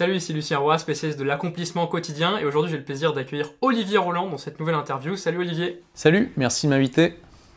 Salut, ici Lucien Roy, spécialiste de l'accomplissement quotidien, et aujourd'hui j'ai le plaisir d'accueillir Olivier Roland dans cette nouvelle interview. Salut Olivier. Salut, merci de m'inviter.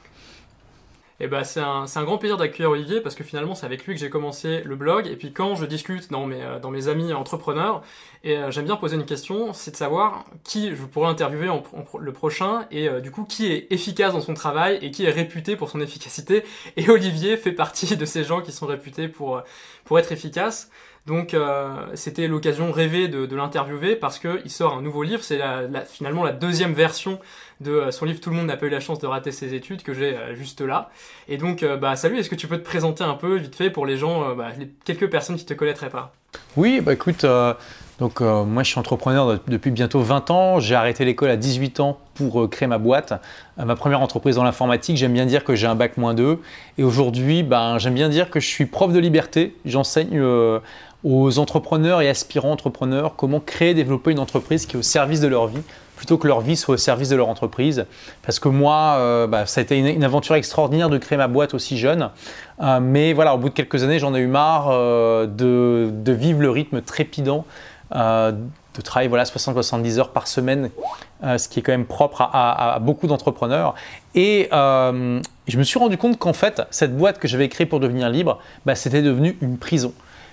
Et c'est un grand plaisir d'accueillir Olivier parce que finalement c'est avec lui que j'ai commencé le blog, et puis quand je discute dans mes amis entrepreneurs, j'aime bien poser une question, c'est de savoir qui je pourrais interviewer le prochain, et du coup qui est efficace dans son travail et qui est réputé pour son efficacité, et Olivier fait partie de ces gens qui sont réputés pour être efficaces. Donc c'était l'occasion rêvée de l'interviewer parce qu'il sort un nouveau livre, c'est finalement la deuxième version de son livre Tout le monde n'a pas eu la chance de rater ses études que j'ai juste là. Et donc salut, est-ce que tu peux te présenter un peu vite fait pour les gens, les quelques personnes qui te connaîtraient pas? Oui, écoute, moi je suis entrepreneur depuis bientôt 20 ans, j'ai arrêté l'école à 18 ans pour créer ma boîte, ma première entreprise dans l'informatique. J'aime bien dire que j'ai un bac-2 et aujourd'hui j'aime bien dire que je suis prof de liberté, j'enseigne aux entrepreneurs et aspirants entrepreneurs comment créer et développer une entreprise qui est au service de leur vie plutôt que leur vie soit au service de leur entreprise. Parce que moi, ça a été une aventure extraordinaire de créer ma boîte aussi jeune. Mais voilà, au bout de quelques années, j'en ai eu marre de vivre le rythme trépidant de travail 60-70 heures par semaine, ce qui est quand même propre à beaucoup d'entrepreneurs. Et je me suis rendu compte qu'en fait, cette boîte que j'avais créée pour devenir libre, c'était devenu une prison.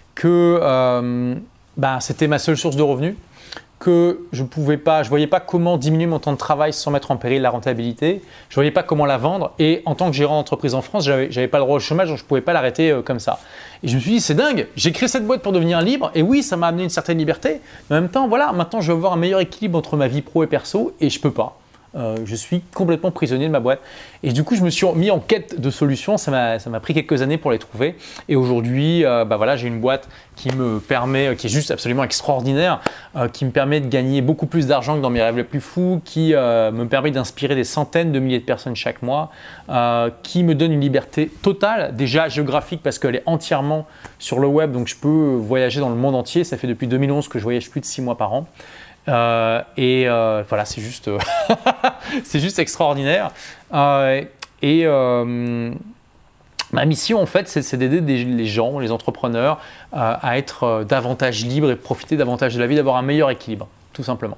Que c'était ma seule source de revenus, que je voyais pas comment diminuer mon temps de travail sans mettre en péril la rentabilité, je voyais pas comment la vendre, et en tant que gérant d'entreprise en France, j'avais pas le droit au chômage, donc je pouvais pas l'arrêter comme ça. Et je me suis dit, c'est dingue, j'ai créé cette boîte pour devenir libre, et oui, ça m'a amené une certaine liberté, mais en même temps, voilà, maintenant je veux avoir un meilleur équilibre entre ma vie pro et perso, et je peux pas. Je suis complètement prisonnier de ma boîte. Et du coup, je me suis mis en quête de solutions. Ça m'a pris quelques années pour les trouver. Et aujourd'hui, j'ai une boîte qui me permet, qui est juste absolument extraordinaire, qui me permet de gagner beaucoup plus d'argent que dans mes rêves les plus fous, qui me permet d'inspirer des centaines de milliers de personnes chaque mois, qui me donne une liberté totale, déjà géographique parce qu'elle est entièrement sur le web. Donc, je peux voyager dans le monde entier. Ça fait depuis 2011 que je voyage plus de 6 mois par an. C'est juste, c'est juste extraordinaire. Ma mission, en fait, c'est d'aider les gens, les entrepreneurs, à être davantage libres et profiter davantage de la vie, d'avoir un meilleur équilibre, tout simplement.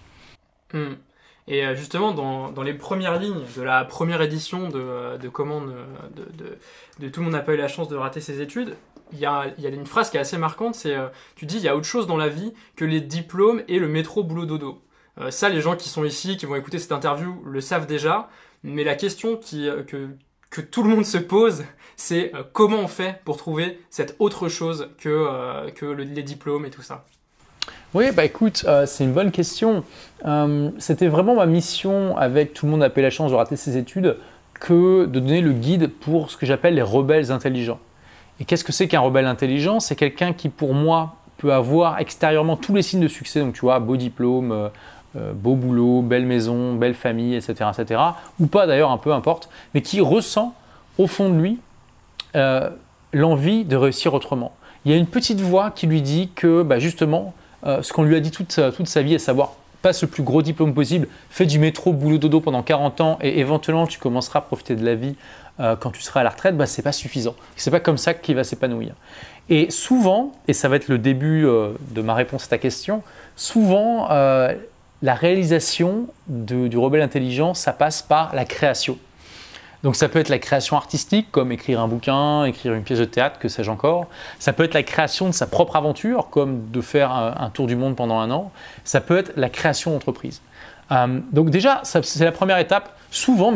Et justement, dans les premières lignes de la première édition de Tout le monde n'a pas eu la chance de rater ses études, il y a une phrase qui est assez marquante, c'est tu dis il y a autre chose dans la vie que les diplômes et le métro boulot dodo. Ça, les gens qui sont ici, qui vont écouter cette interview, le savent déjà, mais la question que tout le monde se pose, c'est comment on fait pour trouver cette autre chose que les diplômes et tout ça. Oui, écoute, c'est une bonne question. C'était vraiment ma mission avec Tout le monde n'a pas eu la chance de rater ses études que de donner le guide pour ce que j'appelle les rebelles intelligents. Et qu'est-ce que c'est qu'un rebelle intelligent? C'est quelqu'un qui, pour moi, peut avoir extérieurement tous les signes de succès. Donc, tu vois, beau diplôme, beau boulot, belle maison, belle famille, etc., etc. Ou pas d'ailleurs, peu importe. Mais qui ressent au fond de lui l'envie de réussir autrement. Il y a une petite voix qui lui dit que, justement, ce qu'on lui a dit toute sa vie, à savoir passe le plus gros diplôme possible, fais du métro, boulot, dodo pendant 40 ans et éventuellement tu commenceras à profiter de la vie quand tu seras à la retraite, c'est pas suffisant. C'est pas comme ça qu'il va s'épanouir. Et souvent, et ça va être le début de ma réponse à ta question, souvent la réalisation du rebelle intelligent, ça passe par la création. Donc ça peut être la création artistique, comme écrire un bouquin, écrire une pièce de théâtre, que sais-je encore. Ça peut être la création de sa propre aventure, comme de faire un tour du monde pendant 1 an. Ça peut être la création d'entreprise. Donc déjà, c'est la première étape. Souvent,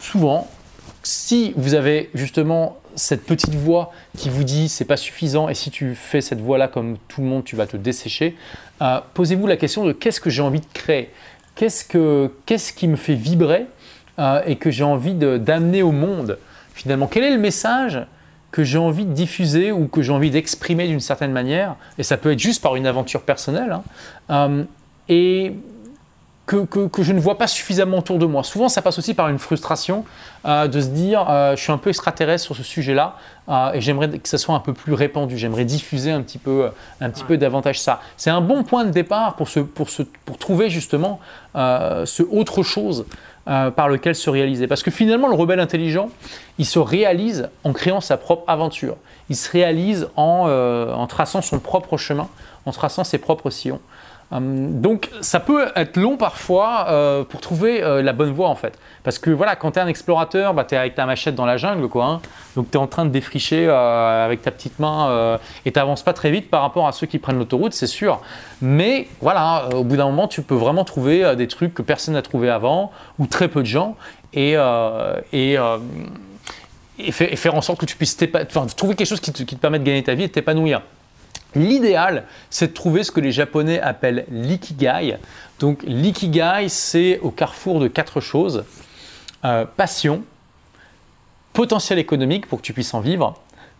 si vous avez justement cette petite voix qui vous dit c'est pas suffisant et si tu fais cette voix-là comme tout le monde, tu vas te dessécher, posez-vous la question de qu'est-ce que j'ai envie de créer? Qu'est-ce qui me fait vibrer et que j'ai envie d'amener au monde finalement? Quel est le message que j'ai envie de diffuser ou que j'ai envie d'exprimer d'une certaine manière? Et ça peut être juste par une aventure personnelle et que je ne vois pas suffisamment autour de moi. Souvent, ça passe aussi par une frustration de se dire je suis un peu extraterrestre sur ce sujet-là et j'aimerais que ça soit un peu plus répandu. J'aimerais diffuser un petit peu davantage ça. C'est un bon point de départ pour trouver justement ce autre chose par lequel se réaliser. Parce que finalement, le rebelle intelligent, il se réalise en créant sa propre aventure. Il se réalise en traçant son propre chemin, en traçant ses propres sillons. Donc ça peut être long parfois pour trouver la bonne voie en fait. Parce que voilà, quand tu es un explorateur, tu es avec ta machette dans la jungle, quoi, hein. Donc tu es en train de défricher avec ta petite main et tu n'avances pas très vite par rapport à ceux qui prennent l'autoroute, c'est sûr. Mais voilà, au bout d'un moment, tu peux vraiment trouver des trucs que personne n'a trouvé avant ou très peu de gens et faire en sorte que tu puisses trouver quelque chose qui te permet de gagner ta vie et de t'épanouir. L'idéal, c'est de trouver ce que les Japonais appellent l'ikigai. Donc l'ikigai, c'est au carrefour de 4 choses. Passion, potentiel économique pour que tu puisses en vivre,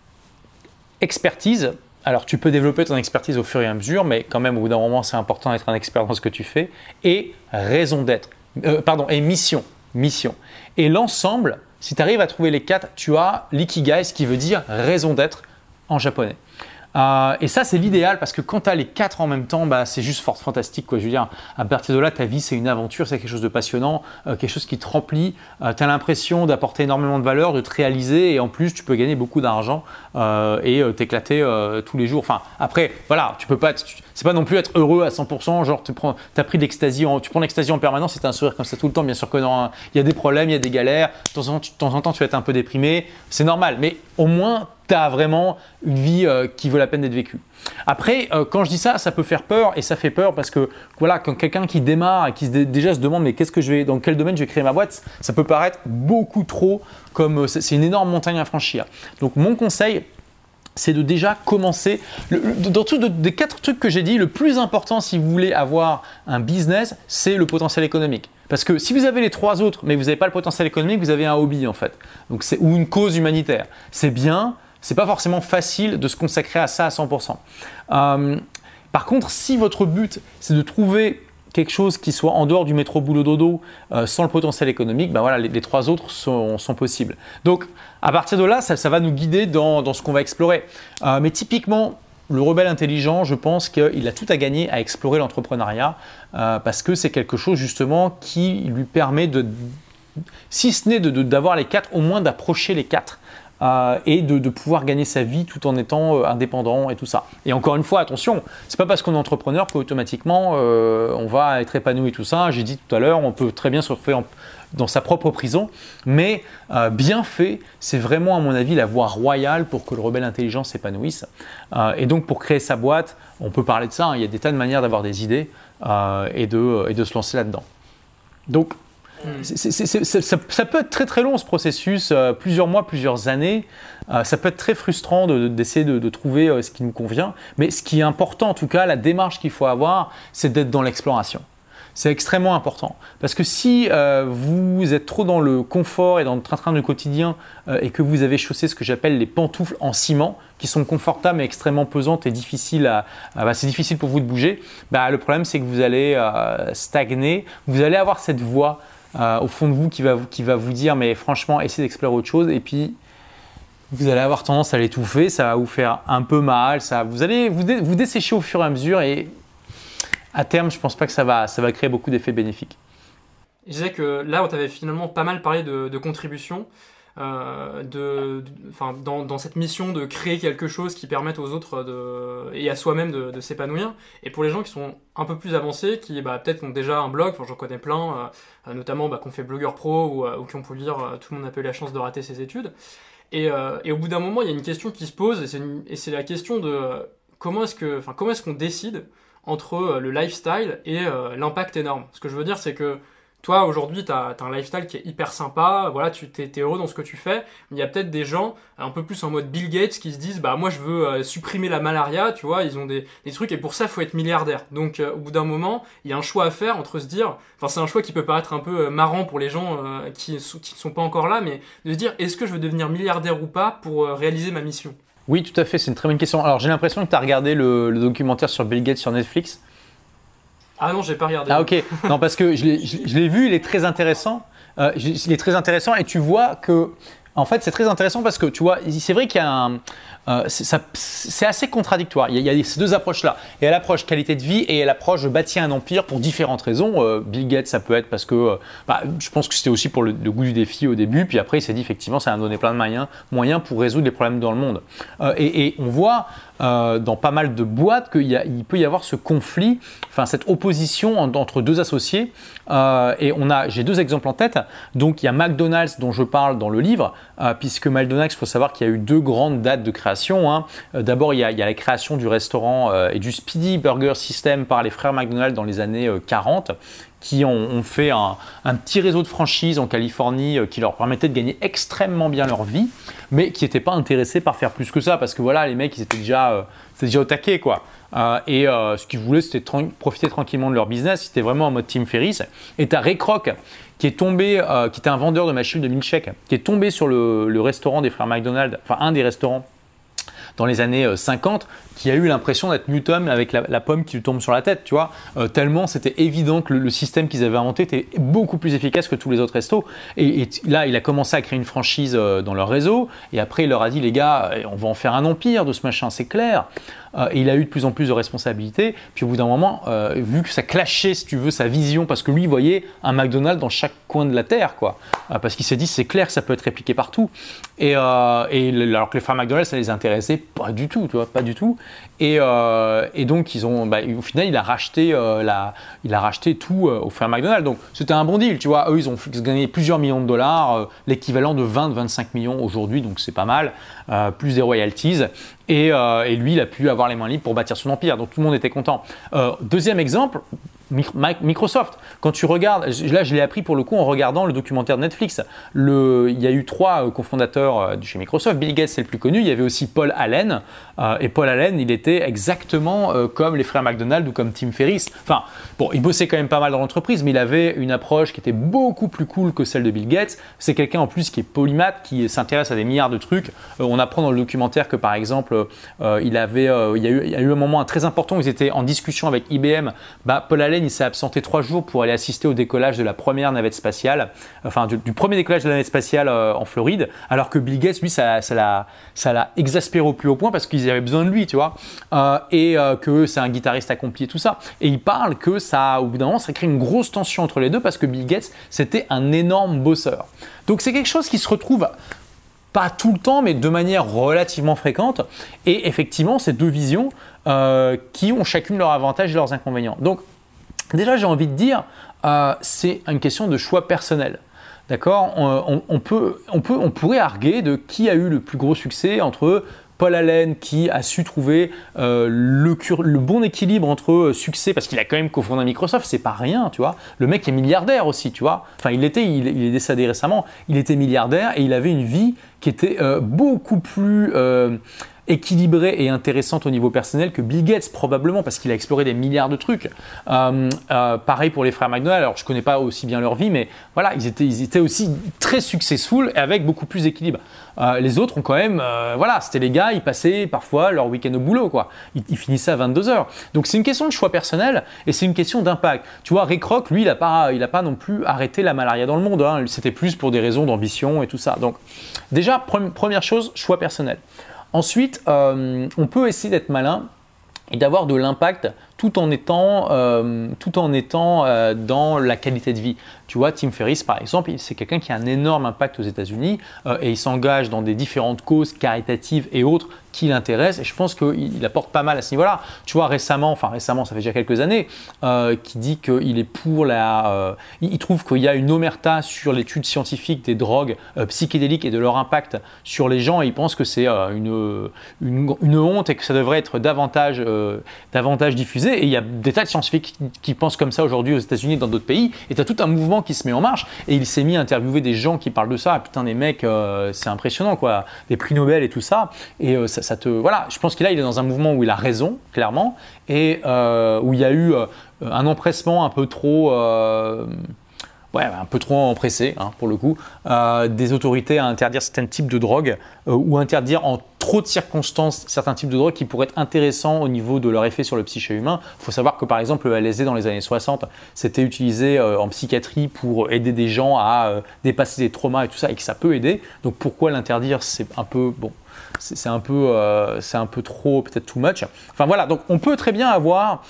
expertise. Alors tu peux développer ton expertise au fur et à mesure, mais quand même au bout d'un moment, c'est important d'être un expert dans ce que tu fais. Et raison d'être. Et mission. Et l'ensemble, si tu arrives à trouver les 4, tu as l'ikigai, ce qui veut dire raison d'être en japonais. Et ça, c'est l'idéal parce que quand tu as les 4 en même temps, c'est juste fantastique, quoi. Je veux dire, à partir de là, ta vie, c'est une aventure, c'est quelque chose de passionnant, quelque chose qui te remplit. Tu as l'impression d'apporter énormément de valeur, de te réaliser et en plus, tu peux gagner beaucoup d'argent et t'éclater tous les jours. Enfin, après, voilà, tu peux pas c'est pas non plus être heureux à 100%, genre tu prends l'ecstasy en permanence et tu as un sourire comme ça tout le temps. Bien sûr que non, il y a des problèmes, il y a des galères, de temps en temps, tu vas être un peu déprimé, c'est normal, mais au moins, tu as vraiment une vie qui vaut la peine d'être vécue. Après, quand je dis ça, ça peut faire peur et ça fait peur parce que voilà, quand quelqu'un qui démarre et qui déjà se demande mais dans quel domaine je vais créer ma boîte, ça peut paraître beaucoup trop comme c'est une énorme montagne à franchir. Donc mon conseil, c'est de déjà commencer. Dans tous des 4 trucs que j'ai dit, le plus important si vous voulez avoir un business, c'est le potentiel économique. Parce que si vous avez les 3 autres, mais vous n'avez pas le potentiel économique, vous avez un hobby en fait. Donc ou une cause humanitaire. C'est bien, c'est pas forcément facile de se consacrer à ça à 100%. Par contre, si votre but, c'est de trouver quelque chose qui soit en dehors du métro boulot dodo sans le potentiel économique, voilà, les 3 autres sont possibles. Donc à partir de là, ça va nous guider dans ce qu'on va explorer. Mais typiquement, le rebelle intelligent, je pense qu'il a tout à gagner à explorer l'entrepreneuriat parce que c'est quelque chose justement qui lui permet si ce n'est d'avoir les 4, au moins d'approcher les 4. Et de pouvoir gagner sa vie tout en étant indépendant et tout ça. Et encore une fois, attention, c'est pas parce qu'on est entrepreneur qu'automatiquement on va être épanoui et tout ça. J'ai dit tout à l'heure, on peut très bien se retrouver dans sa propre prison, mais bien fait, c'est vraiment à mon avis la voie royale pour que le rebelle intelligent s'épanouisse. Et donc pour créer sa boîte, on peut parler de ça, hein, il y a des tas de manières d'avoir des idées et de se lancer là-dedans. Donc ça peut être très très long ce processus, plusieurs mois, plusieurs années. Ça peut être très frustrant d'essayer de trouver ce qui nous convient. Mais ce qui est important, en tout cas, la démarche qu'il faut avoir, c'est d'être dans l'exploration. C'est extrêmement important. Parce que si vous êtes trop dans le confort et dans le train-train du quotidien et que vous avez chaussé ce que j'appelle les pantoufles en ciment, qui sont confortables mais extrêmement pesantes et difficiles c'est difficile pour vous de bouger, le problème c'est que vous allez stagner. Vous allez avoir cette voix au fond de vous qui va vous dire mais franchement essayez d'explorer autre chose et puis vous allez avoir tendance à l'étouffer, ça va vous faire un peu mal, vous allez vous dessécher au fur et à mesure et à terme je pense pas que ça va créer beaucoup d'effets bénéfiques. Je disais que là on t'avait finalement pas mal parlé de contribution, dans cette mission de créer quelque chose qui permette aux autres et à soi-même de s'épanouir. Et pour les gens qui sont un peu plus avancés, qui peut-être ont déjà un blog, j'en connais plein, notamment qui ont fait blogueur pro ou qui ont pu lire Tout le monde a pas eu la chance de rater ses études. Et au bout d'un moment, il y a une question qui se pose, et c'est la question de comment est-ce qu'on décide entre le lifestyle et l'impact énorme. Ce que je veux dire, c'est que toi, aujourd'hui, tu as un lifestyle qui est hyper sympa, voilà, tu t'es heureux dans ce que tu fais, mais il y a peut-être des gens un peu plus en mode Bill Gates qui se disent moi je veux supprimer la malaria, tu vois, ils ont des trucs et pour ça, il faut être milliardaire. Donc au bout d'un moment, il y a un choix à faire entre se dire, c'est un choix qui peut paraître un peu marrant pour les gens qui ne sont pas encore là, mais de se dire, est-ce que je veux devenir milliardaire ou pas pour réaliser ma mission ? Oui, tout à fait, c'est une très bonne question. Alors j'ai l'impression que tu as regardé le documentaire sur Bill Gates sur Netflix. Ah non, j'ai pas regardé. Ah ok, non parce que je l'ai vu, il est très intéressant. Il est très intéressant et tu vois que En fait, c'est très intéressant parce que tu vois, c'est vrai qu'il y a c'est assez contradictoire. Il y a ces deux approches-là. Il y a l'approche qualité de vie et il y a l'approche bâtir un empire pour différentes raisons. Bill Gates, ça peut être parce que je pense que c'était aussi pour le goût du défi au début. Puis après, il s'est dit effectivement, ça va me donner plein de moyens pour résoudre les problèmes dans le monde. Et on voit dans pas mal de boîtes qu'il peut y avoir ce conflit, enfin cette opposition entre deux associés. Et j'ai deux exemples en tête. Donc il y a McDonald's dont je parle dans le livre, puisque McDonald's, il faut savoir qu'il y a eu deux grandes dates de création. D'abord, il y a la création du restaurant et du Speedy Burger System par les frères McDonald dans les années 40, qui ont fait un petit réseau de franchises en Californie qui leur permettait de gagner extrêmement bien leur vie, mais qui n'étaient pas intéressés par faire plus que ça, parce que voilà, les mecs, ils étaient déjà au taquet, quoi. Ce qu'ils voulaient, c'était profiter tranquillement de leur business. C'était vraiment en mode Tim Ferriss. Et tu as Ray Kroc qui est tombé, qui était un vendeur de machines de milkshake, qui est tombé sur le restaurant des frères McDonald, enfin un des restaurants dans les années 50, qui a eu l'impression d'être Newton avec la pomme qui lui tombe sur la tête, tu vois, tellement c'était évident que le système qu'ils avaient inventé était beaucoup plus efficace que tous les autres restos. Et là, il a commencé à créer une franchise dans leur réseau, et après il leur a dit, les gars, on va en faire un empire de ce machin, c'est clair. Et il a eu de plus en plus de responsabilités. Puis au bout d'un moment, vu que ça clashait, si tu veux, sa vision, parce que lui, il voyait un McDonald's dans chaque coin de la terre, quoi. Parce qu'il s'est dit, c'est clair que ça peut être répliqué partout. Alors que les frères McDonald's, ça les intéressait pas du tout, tu vois, pas du tout. Et donc, au final, il a racheté tout aux frères McDonald's. Donc, c'était un bon deal, tu vois. Eux, ils ont gagné plusieurs millions de dollars, l'équivalent de 20-25 millions aujourd'hui, donc c'est pas mal, plus des royalties. Et lui, il a pu avoir les mains libres pour bâtir son empire. Donc, tout le monde était content. Deuxième exemple, Microsoft. Quand tu regardes, là je l'ai appris pour le coup en regardant le documentaire de Netflix. Il y a eu trois cofondateurs de chez Microsoft. Bill Gates, c'est le plus connu. Il y avait aussi Paul Allen. Et Paul Allen, il était exactement comme les frères McDonald ou comme Tim Ferriss. Enfin, bon, il bossait quand même pas mal dans l'entreprise, mais il avait une approche qui était beaucoup plus cool que celle de Bill Gates. C'est quelqu'un en plus qui est polymathe, qui s'intéresse à des milliards de trucs. On apprend dans le documentaire que par exemple, il y a eu un moment très important où ils étaient en discussion avec IBM. Paul Allen, il s'est absenté 3 jours pour aller assister au décollage de la première navette spatiale, enfin du premier décollage de la navette spatiale en Floride, alors que Bill Gates, lui, ça l'a exaspéré au plus haut point parce qu'ils avaient besoin de lui, tu vois, que c'est un guitariste accompli et tout ça. Et il parle que ça, au bout d'un moment, ça crée une grosse tension entre les deux parce que Bill Gates, c'était un énorme bosseur. Donc c'est quelque chose qui se retrouve pas tout le temps, mais de manière relativement fréquente. Et effectivement, ces deux visions qui ont chacune leurs avantages et leurs inconvénients. Donc, déjà, j'ai envie de dire, c'est une question de choix personnel. D'accord ? On pourrait arguer de qui a eu le plus gros succès entre Paul Allen qui a su trouver le bon équilibre entre succès, parce qu'il a quand même cofondé Microsoft, c'est pas rien, tu vois. Le mec est milliardaire aussi, tu vois. Enfin, il est décédé récemment, il était milliardaire et il avait une vie qui était beaucoup plus équilibrée et intéressante au niveau personnel que Bill Gates probablement parce qu'il a exploré des milliards de trucs. Pareil pour les frères McDonald. Alors je connais pas aussi bien leur vie, mais voilà, ils étaient aussi très successful et avec beaucoup plus d'équilibre. Les autres ont quand même, c'était les gars, ils passaient parfois leur week-end au boulot, quoi. Ils finissaient à 22h. Donc c'est une question de choix personnel et c'est une question d'impact. Tu vois, Ray Kroc, lui, il a pas non plus arrêté la malaria dans le monde. Hein. C'était plus pour des raisons d'ambition et tout ça. Donc déjà, première chose, choix personnel. Ensuite, on peut essayer d'être malin et d'avoir de l'impact tout en étant dans la qualité de vie. Tu vois, Tim Ferriss, par exemple, c'est quelqu'un qui a un énorme impact aux États-Unis et il s'engage dans des différentes causes caritatives et autres qui l'intéressent. Et je pense qu'il apporte pas mal à ce niveau-là. Tu vois, récemment, ça fait déjà quelques années, qui dit qu'il est pour il trouve qu'il y a une omerta sur l'étude scientifique des drogues psychédéliques et de leur impact sur les gens. Et il pense que c'est une honte et que ça devrait être davantage diffusé. Et il y a des tas de scientifiques qui pensent comme ça aujourd'hui aux États-Unis et dans d'autres pays. Et tu as tout un mouvement qui se met en marche. Et il s'est mis à interviewer des gens qui parlent de ça. Ah, putain, des mecs, c'est impressionnant, quoi. Des prix Nobel et tout ça. Et voilà, je pense qu'il est dans un mouvement où il a raison, clairement. Et où il y a eu un empressement un peu trop empressé, hein, pour le coup, des autorités à interdire certains types de drogues ou interdire en trop de circonstances, certains types de drogues qui pourraient être intéressants au niveau de leur effet sur le psyché humain. Il faut savoir que par exemple le LSD dans les années 60, c'était utilisé en psychiatrie pour aider des gens à dépasser des traumas et tout ça, et que ça peut aider. Donc pourquoi l'interdire? C'est un peu bon. C'est un peu trop, peut-être too much. Enfin voilà, donc on peut très bien avoir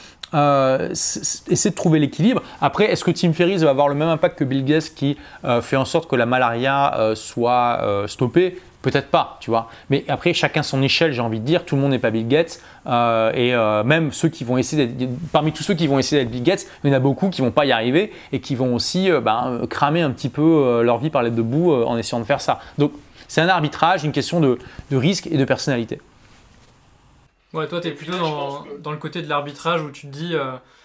essayer de trouver l'équilibre. Après, est-ce que Tim Ferriss va avoir le même impact que Bill Gates qui fait en sorte que la malaria soit stoppée? Peut-être pas, tu vois. Mais après, chacun son échelle, j'ai envie de dire. Tout le monde n'est pas Bill Gates. Même ceux qui vont essayer parmi tous ceux qui vont essayer d'être Bill Gates, il y en a beaucoup qui vont pas y arriver et qui vont aussi cramer un petit peu leur vie par les deux bouts en essayant de faire ça. Donc, c'est un arbitrage, une question de risque et de personnalité. Ouais, toi, tu es plutôt dans le côté de l'arbitrage où tu te dis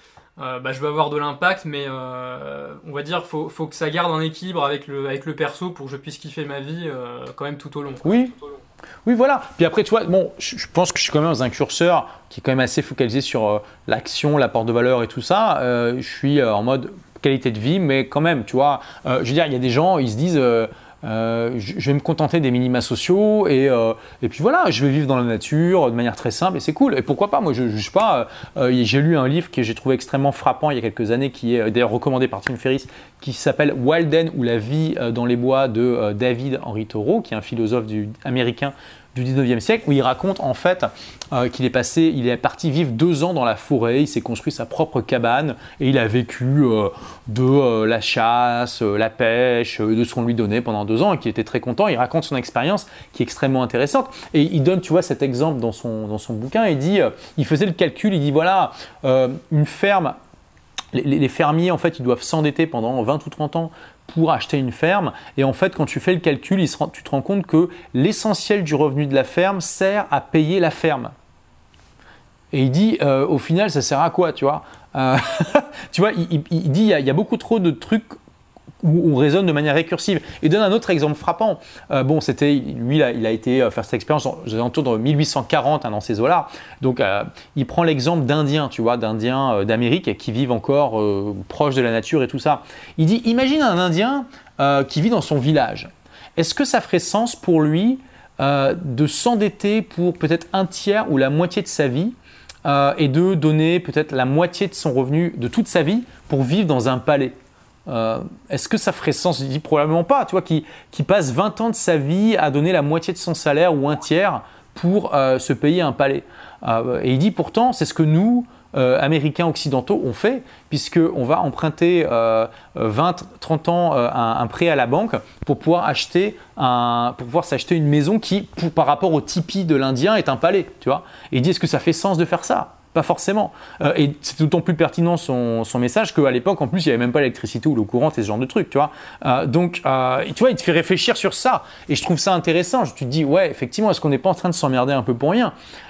je veux avoir de l'impact, mais on va dire faut que ça garde un équilibre avec le perso pour que je puisse kiffer ma vie quand même tout au long. Oui. Oui, voilà. Puis après, tu vois, bon, je pense que je suis quand même dans un curseur qui est quand même assez focalisé sur l'action, l'apport de valeur et tout ça. Je suis en mode qualité de vie, mais quand même, tu vois, je veux dire, il y a des gens, ils se disent je vais me contenter des minima sociaux et puis voilà, je vais vivre dans la nature de manière très simple et c'est cool. Et pourquoi pas, moi je ne juge pas. J'ai lu un livre que j'ai trouvé extrêmement frappant il y a quelques années qui est d'ailleurs recommandé par Tim Ferriss qui s'appelle Walden ou la vie dans les bois de David Henry Thoreau qui est un philosophe américain du 19e siècle où il raconte en fait qu'il est parti vivre 2 ans dans la forêt, il s'est construit sa propre cabane et il a vécu de la chasse, la pêche, de ce qu'on lui donnait pendant 2 ans et qu'il était très content. Il raconte son expérience qui est extrêmement intéressante et il donne, tu vois, cet exemple dans son bouquin. Il dit, il faisait le calcul, il dit voilà, une ferme, les fermiers en fait ils doivent s'endetter pendant 20 ou 30 ans pour acheter une ferme et en fait quand tu fais le calcul tu te rends compte que l'essentiel du revenu de la ferme sert à payer la ferme et il dit au final ça sert à quoi, tu vois. Tu vois, il dit il y a beaucoup trop de trucs où on raisonne de manière récursive. Et donne un autre exemple frappant. Lui, il a été faire cette expérience aux alentours de 1840 dans ces eaux-là. Donc, il prend l'exemple d'Indiens, tu vois, d'Indiens d'Amérique qui vivent encore proches de la nature et tout ça. Il dit, imagine un Indien qui vit dans son village. Est-ce que ça ferait sens pour lui de s'endetter pour peut-être un tiers ou la moitié de sa vie et de donner peut-être la moitié de son revenu de toute sa vie pour vivre dans un palais? Est-ce que ça ferait sens? Il dit probablement pas, tu vois, qui passe 20 ans de sa vie à donner la moitié de son salaire ou un tiers pour se payer un palais. Et il dit pourtant, c'est ce que nous, Américains occidentaux, on fait, puisqu'on va emprunter 20-30 ans un prêt à la banque pour pouvoir s'acheter une maison qui, par rapport au tipi de l'Indien, est un palais, tu vois. Et il dit, est-ce que ça fait sens de faire ça? Pas forcément. Et c'est d'autant plus pertinent son message qu'à l'époque, en plus, il n'y avait même pas l'électricité ou l'eau courante et ce genre de trucs, tu vois. Donc, tu vois, il te fait réfléchir sur ça. Et je trouve ça intéressant. Tu te dis, ouais, effectivement, est-ce qu'on n'est pas en train de s'emmerder un peu pour rien?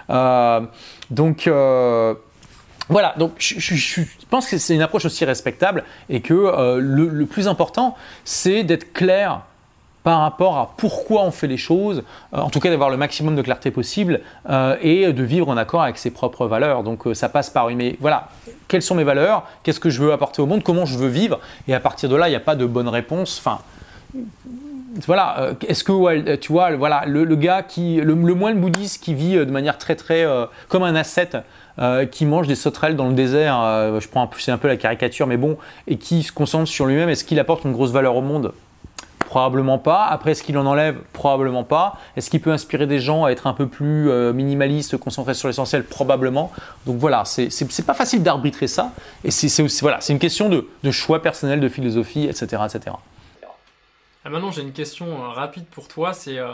Voilà, donc je pense que c'est une approche aussi respectable et que le plus important, c'est d'être clair par rapport à pourquoi on fait les choses, en tout cas d'avoir le maximum de clarté possible et de vivre en accord avec ses propres valeurs. Donc ça passe par mais voilà, quelles sont mes valeurs, qu'est-ce que je veux apporter au monde, comment je veux vivre, et à partir de là, il n'y a pas de bonne réponse. Enfin, voilà, est-ce que tu vois, voilà, le gars le moine bouddhiste qui vit de manière très comme un ascète, qui mange des sauterelles dans le désert, c'est un peu la caricature, mais bon, et qui se concentre sur lui-même, est-ce qu'il apporte une grosse valeur au monde? Probablement pas. Après, est-ce qu'il en enlève? Probablement pas. Est-ce qu'il peut inspirer des gens à être un peu plus minimalistes, concentrés sur l'essentiel? Probablement. Donc voilà, c'est pas facile d'arbitrer ça. Et c'est une question de choix personnel, de philosophie, etc. etc. Maintenant, j'ai une question rapide pour toi.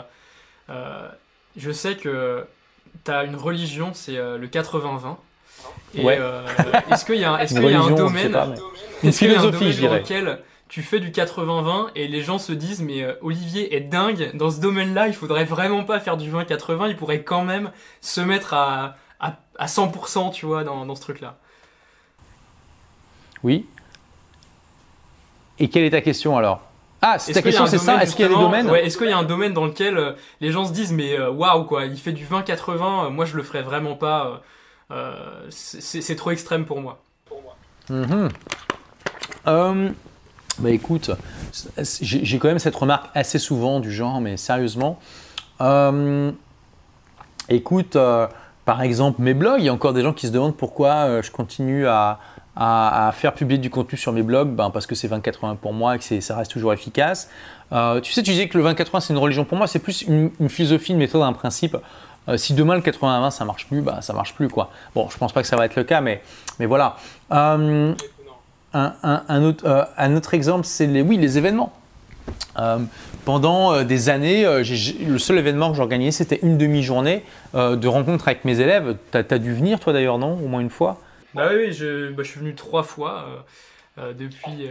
Je sais que tu as une religion, c'est le 80-20. Et ouais. Est-ce qu'il y a un domaine, une philosophie, je dirais, dans lequel tu fais du 80-20 et les gens se disent mais Olivier est dingue, dans ce domaine-là, il faudrait vraiment pas faire du 20-80, il pourrait quand même se mettre à 100%, tu vois, dans ce truc-là. Oui. Et quelle est ta question alors? Ah, ta question c'est ça, est-ce qu'il y a des domaines? Ouais, est-ce qu'il y a un domaine dans lequel les gens se disent mais waouh quoi, il fait du 20-80, moi je le ferais vraiment pas, c'est trop extrême pour moi. Bah écoute, j'ai quand même cette remarque assez souvent du genre, mais sérieusement, Écoute, par exemple, mes blogs, il y a encore des gens qui se demandent pourquoi je continue à faire publier du contenu sur mes blogs, parce que c'est 20-80 pour moi et que ça reste toujours efficace. Tu disais que le 20-80 c'est une religion pour moi, c'est plus une philosophie, une méthode, un principe. Si demain le 80-20 ça marche plus, ça marche plus quoi. Bon, je pense pas que ça va être le cas, mais voilà. Un autre exemple, c'est les événements. Pendant des années, le seul événement que j'organisais, c'était une demi-journée de rencontre avec mes élèves. Tu as dû venir, toi d'ailleurs, non? Au moins une fois? Bah oui, je suis venu 3 fois depuis.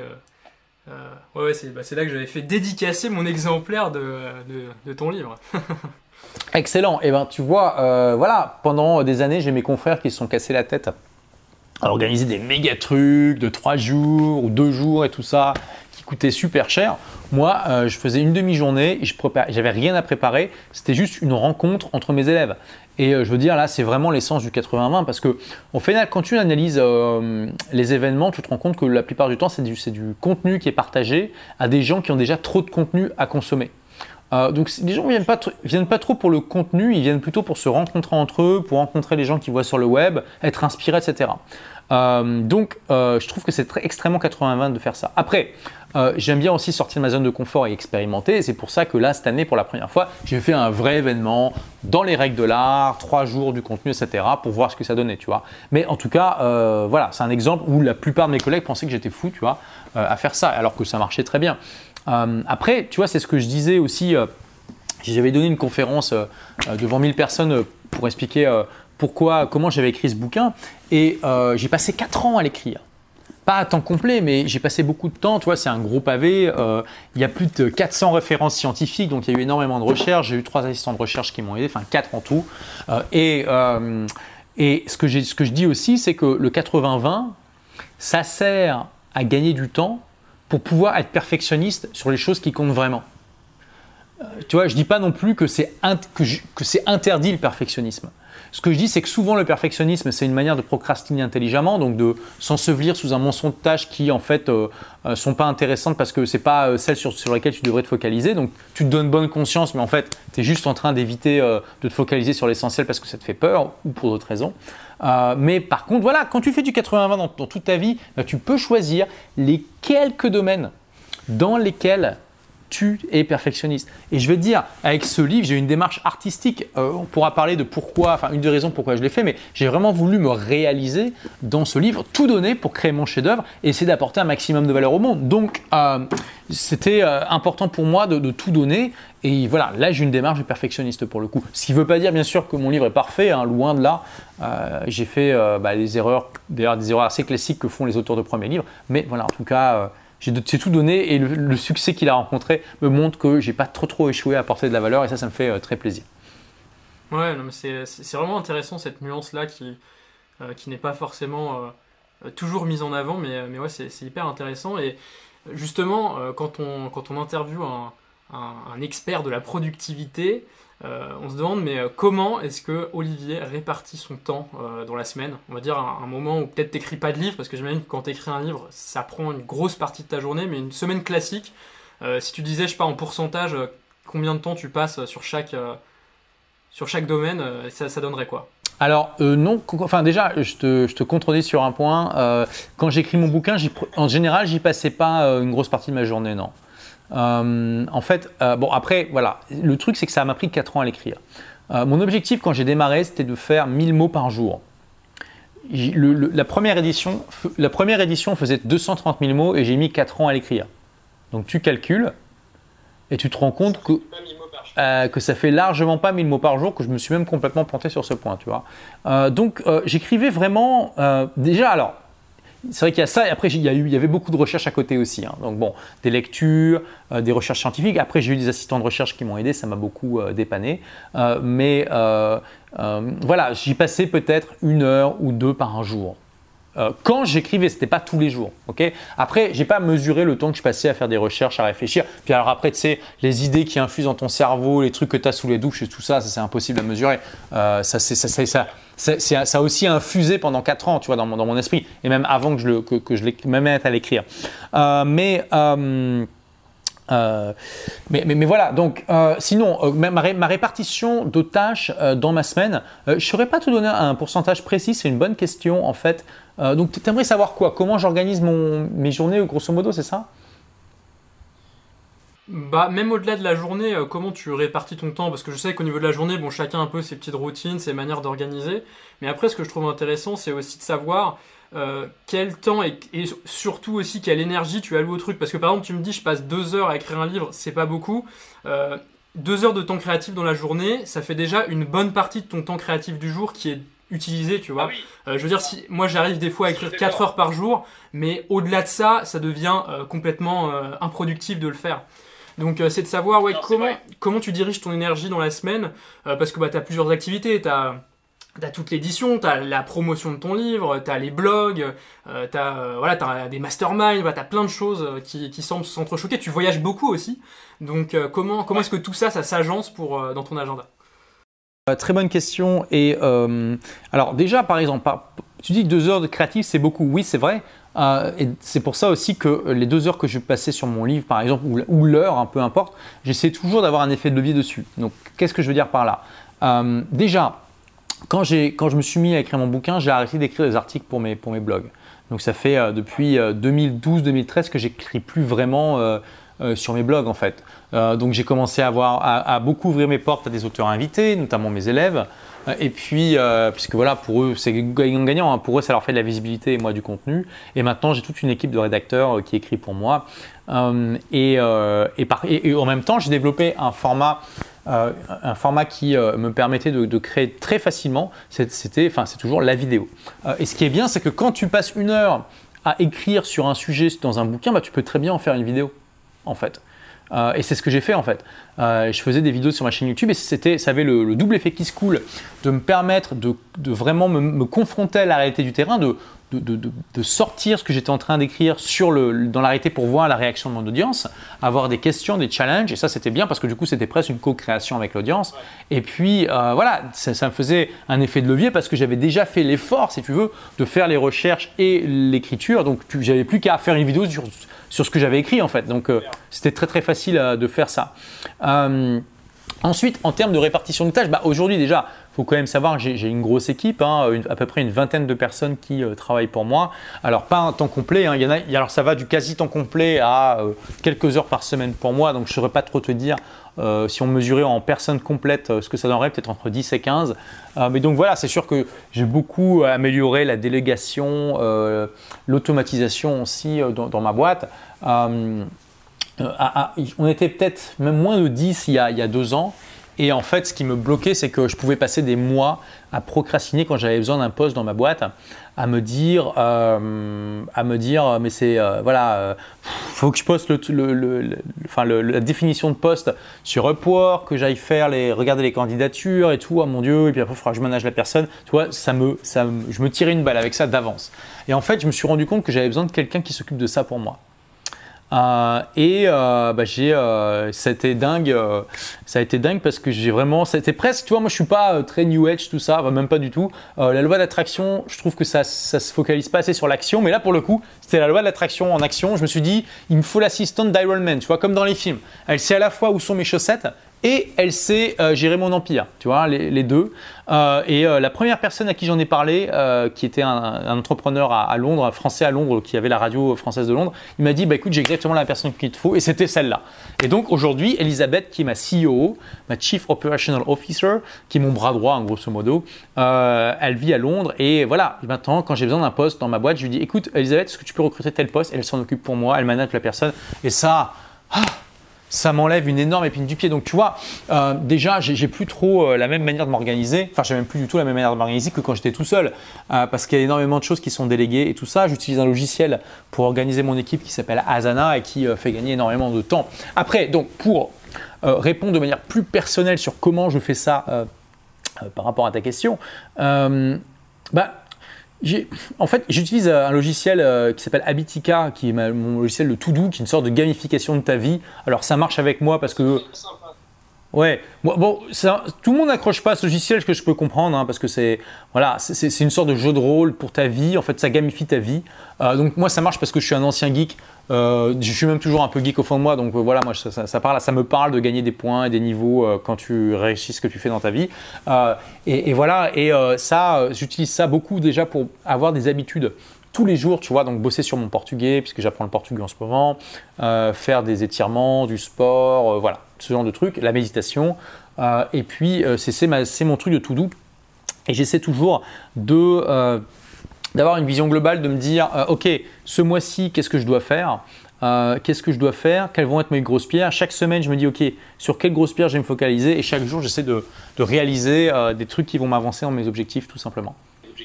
C'est là que j'avais fait dédicacer mon exemplaire de ton livre. Excellent. Et ben, tu vois, voilà, pendant des années, j'ai mes confrères qui se sont cassés la tête à organiser des méga trucs de 3 jours ou 2 jours et tout ça, qui coûtaient super cher. Moi, je faisais une demi-journée et j'avais rien à préparer. C'était juste une rencontre entre mes élèves. Et je veux dire, là, c'est vraiment l'essence du 80-20 parce que, au final, quand tu analyses les événements, tu te rends compte que la plupart du temps, c'est du contenu qui est partagé à des gens qui ont déjà trop de contenu à consommer. Donc les gens viennent pas trop pour le contenu, ils viennent plutôt pour se rencontrer entre eux, pour rencontrer les gens qu'ils voient sur le web, être inspirés, etc. Je trouve que c'est extrêmement 80-20 de faire ça. Après, j'aime bien aussi sortir de ma zone de confort et expérimenter. Et c'est pour ça que là, cette année, pour la première fois, j'ai fait un vrai événement dans les règles de l'art, 3 jours du contenu, etc. pour voir ce que ça donnait, tu vois. Mais en tout cas, voilà, c'est un exemple où la plupart de mes collègues pensaient que j'étais fou, tu vois, à faire ça, alors que ça marchait très bien. Après, tu vois, c'est ce que je disais aussi. J'avais donné une conférence devant 1000 personnes pour expliquer comment j'avais écrit ce bouquin. Et j'ai passé 4 ans à l'écrire. Pas à temps complet, mais j'ai passé beaucoup de temps. Tu vois, c'est un gros pavé. Il y a plus de 400 références scientifiques, donc il y a eu énormément de recherches. J'ai eu 3 assistants de recherche qui m'ont aidé, enfin 4 en tout. Et ce que je dis aussi, c'est que le 80-20, ça sert à gagner du temps pour pouvoir être perfectionniste sur les choses qui comptent vraiment. Tu vois, je ne dis pas non plus que c'est interdit le perfectionnisme. Ce que je dis, c'est que souvent le perfectionnisme, c'est une manière de procrastiner intelligemment, donc de s'ensevelir sous un monceau de tâches qui en fait sont pas intéressantes parce que c'est pas celles sur lesquelles tu devrais te focaliser. Donc tu te donnes bonne conscience, mais en fait tu es juste en train d'éviter de te focaliser sur l'essentiel parce que ça te fait peur ou pour d'autres raisons. Mais par contre, voilà, quand tu fais du 80-20 dans toute ta vie, tu peux choisir les quelques domaines dans lesquels tu es perfectionniste. Et je vais te dire, avec ce livre, j'ai une démarche artistique. On pourra parler de pourquoi, enfin une des raisons pourquoi je l'ai fait, mais j'ai vraiment voulu me réaliser dans ce livre, tout donner pour créer mon chef-d'œuvre et essayer d'apporter un maximum de valeur au monde. Donc, c'était important pour moi de tout donner. Et voilà, là j'ai une démarche de perfectionniste pour le coup. Ce qui ne veut pas dire bien sûr que mon livre est parfait, hein, loin de là. J'ai fait des erreurs assez classiques que font les auteurs de premiers livres. Mais voilà, en tout cas, j'ai tout donné et le succès qu'il a rencontré me montre que j'ai pas trop échoué à apporter de la valeur et ça me fait très plaisir. Ouais, non, mais c'est vraiment intéressant cette nuance-là qui n'est pas forcément toujours mise en avant, mais ouais, c'est hyper intéressant. Et justement, quand on interviewe un expert de la productivité, on se demande comment est-ce que Olivier répartit son temps dans la semaine. On va dire un moment où peut-être t'écris pas de livre, parce que j'imagine que quand t'écris un livre, ça prend une grosse partie de ta journée, mais une semaine classique, si tu disais, je sais pas, en pourcentage, combien de temps tu passes sur chaque domaine, ça donnerait quoi? Alors non, enfin déjà, je te contredis sur un point. Quand j'écris mon bouquin, en général, j'y passais pas une grosse partie de ma journée, non. En fait, après, voilà, le truc c'est que ça m'a pris 4 ans à l'écrire. Mon objectif quand j'ai démarré, c'était de faire 1000 mots par jour. La première édition faisait 230 000 mots et j'ai mis 4 ans à l'écrire. Donc tu calcules et tu te rends compte que ça fait largement pas 1000 mots par jour, que je me suis même complètement planté sur ce point, tu vois. Donc j'écrivais vraiment, déjà alors, c'est vrai qu'il y a ça, et après il y avait beaucoup de recherches à côté aussi. Hein. Donc bon, des lectures, des recherches scientifiques. Après j'ai eu des assistants de recherche qui m'ont aidé, ça m'a beaucoup dépanné. Voilà, j'y passais peut-être 1 heure ou 2 par jour. Quand j'écrivais, c'était pas tous les jours. Okay, après, j'ai pas mesuré le temps que je passais à faire des recherches, à réfléchir. Puis alors après, tu sais, les idées qui infusent dans ton cerveau, les trucs que tu as sous les douches et tout ça, c'est impossible à mesurer. Ça a aussi infusé pendant 4 ans, tu vois, dans mon esprit. Et même avant que je me mette à l'écrire. Mais voilà, donc sinon, ma répartition de tâches dans ma semaine, je ne saurais pas te donner un pourcentage précis, c'est une bonne question en fait. Donc tu aimerais savoir quoi? Comment j'organise mes journées, grosso modo, c'est ça? Bah, même au-delà de la journée, comment tu répartis ton temps? Parce que je sais qu'au niveau de la journée, bon, chacun a un peu ses petites routines, ses manières d'organiser. Mais après, ce que je trouve intéressant, c'est aussi de savoir quel temps et surtout aussi quelle énergie tu alloues au truc. Parce que par exemple, tu me dis, je passe 2 heures à écrire un livre, c'est pas beaucoup. 2 heures de temps créatif dans la journée, ça fait déjà une bonne partie de ton temps créatif du jour qui est utilisé, tu vois. Ah oui, Je veux dire, si moi j'arrive des fois à écrire 4 heures par jour, mais au-delà de ça, ça devient complètement improductif de le faire. Donc c'est de savoir ouais, non, c'est vrai. comment tu diriges ton énergie dans la semaine, parce que bah, tu as plusieurs activités, tu as toute l'édition, tu as la promotion de ton livre, tu as les blogs, voilà, t'as des masterminds, voilà, tu as plein de choses qui semblent s'entrechoquer, tu voyages beaucoup aussi, donc comment est-ce que tout ça, ça s'agence dans ton agenda? Très bonne question. Et alors déjà, par exemple, tu dis que 2 heures de créatif, c'est beaucoup. Oui, c'est vrai. Et c'est pour ça aussi que les 2 heures que je passais sur mon livre, par exemple, ou l'heure, hein, peu importe, j'essaie toujours d'avoir un effet de levier dessus. Donc, qu'est-ce que je veux dire par là? Déjà, quand je me suis mis à écrire mon bouquin, j'ai arrêté d'écrire des articles pour mes blogs. Donc, ça fait depuis 2012-2013 que j'écris plus vraiment sur mes blogs en fait. Donc j'ai commencé à beaucoup ouvrir mes portes à des auteurs invités, notamment mes élèves. Et puis, puisque voilà, pour eux, c'est gagnant-gagnant. Hein. Pour eux, ça leur fait de la visibilité et moi du contenu. Et maintenant, j'ai toute une équipe de rédacteurs qui écrit pour moi. Et en même temps, j'ai développé un format qui me permettait de créer très facilement. C'est toujours la vidéo. Et ce qui est bien, c'est que quand tu passes 1 heure à écrire sur un sujet dans un bouquin, bah, tu peux très bien en faire une vidéo, en fait. Et c'est ce que j'ai fait en fait. Je faisais des vidéos sur ma chaîne YouTube et ça avait le double effet qui se coule de me permettre de vraiment me confronter à la réalité du terrain, de sortir ce que j'étais en train d'écrire dans la réalité pour voir la réaction de mon audience, avoir des questions, des challenges. Et ça, c'était bien parce que du coup, c'était presque une co-création avec l'audience. Et puis, voilà, ça me faisait un effet de levier parce que j'avais déjà fait l'effort, si tu veux, de faire les recherches et l'écriture. Donc, j'avais plus qu'à faire une vidéo sur ce que j'avais écrit en fait. Donc, c'était très très facile de faire ça. Ensuite, en termes de répartition de tâches, bah, aujourd'hui déjà, il faut quand même savoir que j'ai une grosse équipe, hein, à peu près une vingtaine de personnes qui travaillent pour moi. Alors, pas un temps complet, hein, alors ça va du quasi temps complet à quelques heures par semaine pour moi, donc je ne saurais pas trop te dire si on mesurait en personnes complètes ce que ça donnerait, peut-être entre 10 et 15. Mais donc voilà, c'est sûr que j'ai beaucoup amélioré la délégation, l'automatisation aussi dans ma boîte. On était peut-être même moins de 10 il y a 2 ans. Et en fait, ce qui me bloquait, c'est que je pouvais passer des mois à procrastiner quand j'avais besoin d'un poste dans ma boîte, à me dire, mais c'est voilà, faut que je poste la définition de poste sur Upwork, que j'aille regarder les candidatures et tout. Oh mon Dieu, et puis après, il faudra que je manage la personne. Tu vois, je me tirais une balle avec ça d'avance. Et en fait, je me suis rendu compte que j'avais besoin de quelqu'un qui s'occupe de ça pour moi. Ça a été dingue parce que c'était presque, tu vois, moi je suis pas très New Age tout ça, même pas du tout. La loi d'attraction, je trouve que ça se focalise pas assez sur l'action, mais là pour le coup, c'était la loi de l'attraction en action. Je me suis dit, il me faut l'assistante d'Iron Man, tu vois, comme dans les films. Elle sait à la fois où sont mes chaussettes et elle sait gérer mon empire, tu vois, les deux. La première personne à qui j'en ai parlé, qui était un entrepreneur à Londres, un Français à Londres, qui avait la radio française de Londres, il m'a dit, bah écoute, j'ai exactement la personne qu'il te faut, et c'était celle-là. Et donc aujourd'hui, Elisabeth, qui est ma CEO, ma Chief Operational Officer, qui est mon bras droit, hein, grosso modo, elle vit à Londres, et voilà, maintenant, quand j'ai besoin d'un poste dans ma boîte, je lui dis, écoute, Elisabeth, est-ce que tu peux recruter tel poste? Elle s'en occupe pour moi, elle manage la personne, et ça m'enlève une énorme épine du pied. Donc tu vois, déjà, j'ai plus trop la même manière de m'organiser. Enfin, j'ai même plus du tout la même manière de m'organiser que quand j'étais tout seul, parce qu'il y a énormément de choses qui sont déléguées et tout ça. J'utilise un logiciel pour organiser mon équipe qui s'appelle Asana et qui fait gagner énormément de temps. Après, donc pour répondre de manière plus personnelle sur comment je fais ça par rapport à ta question, en fait, j'utilise un logiciel qui s'appelle Habitica, qui est mon logiciel de to-do, qui est une sorte de gamification de ta vie. Alors, ça marche avec moi parce que… Ouais, bon, tout le monde n'accroche pas à ce logiciel, ce que je peux comprendre, hein, parce que c'est une sorte de jeu de rôle pour ta vie. En fait, ça gamifie ta vie. Donc moi, ça marche parce que je suis un ancien geek. Je suis même toujours un peu geek au fond de moi. Donc voilà, moi, ça me parle de gagner des points et des niveaux quand tu réussis ce que tu fais dans ta vie. Et voilà, j'utilise ça beaucoup déjà pour avoir des habitudes. Tous les jours, tu vois, donc bosser sur mon portugais, puisque j'apprends le portugais en ce moment, faire des étirements, du sport, voilà, ce genre de trucs, la méditation. Et puis, c'est mon truc de to-do. Et j'essaie toujours d'avoir une vision globale, de me dire, OK, ce mois-ci, qu'est-ce que je dois faire ? Quelles vont être mes grosses pierres? Chaque semaine, je me dis, OK, sur quelles grosses pierres je vais me focaliser? Et chaque jour, j'essaie de réaliser des trucs qui vont m'avancer dans mes objectifs, tout simplement.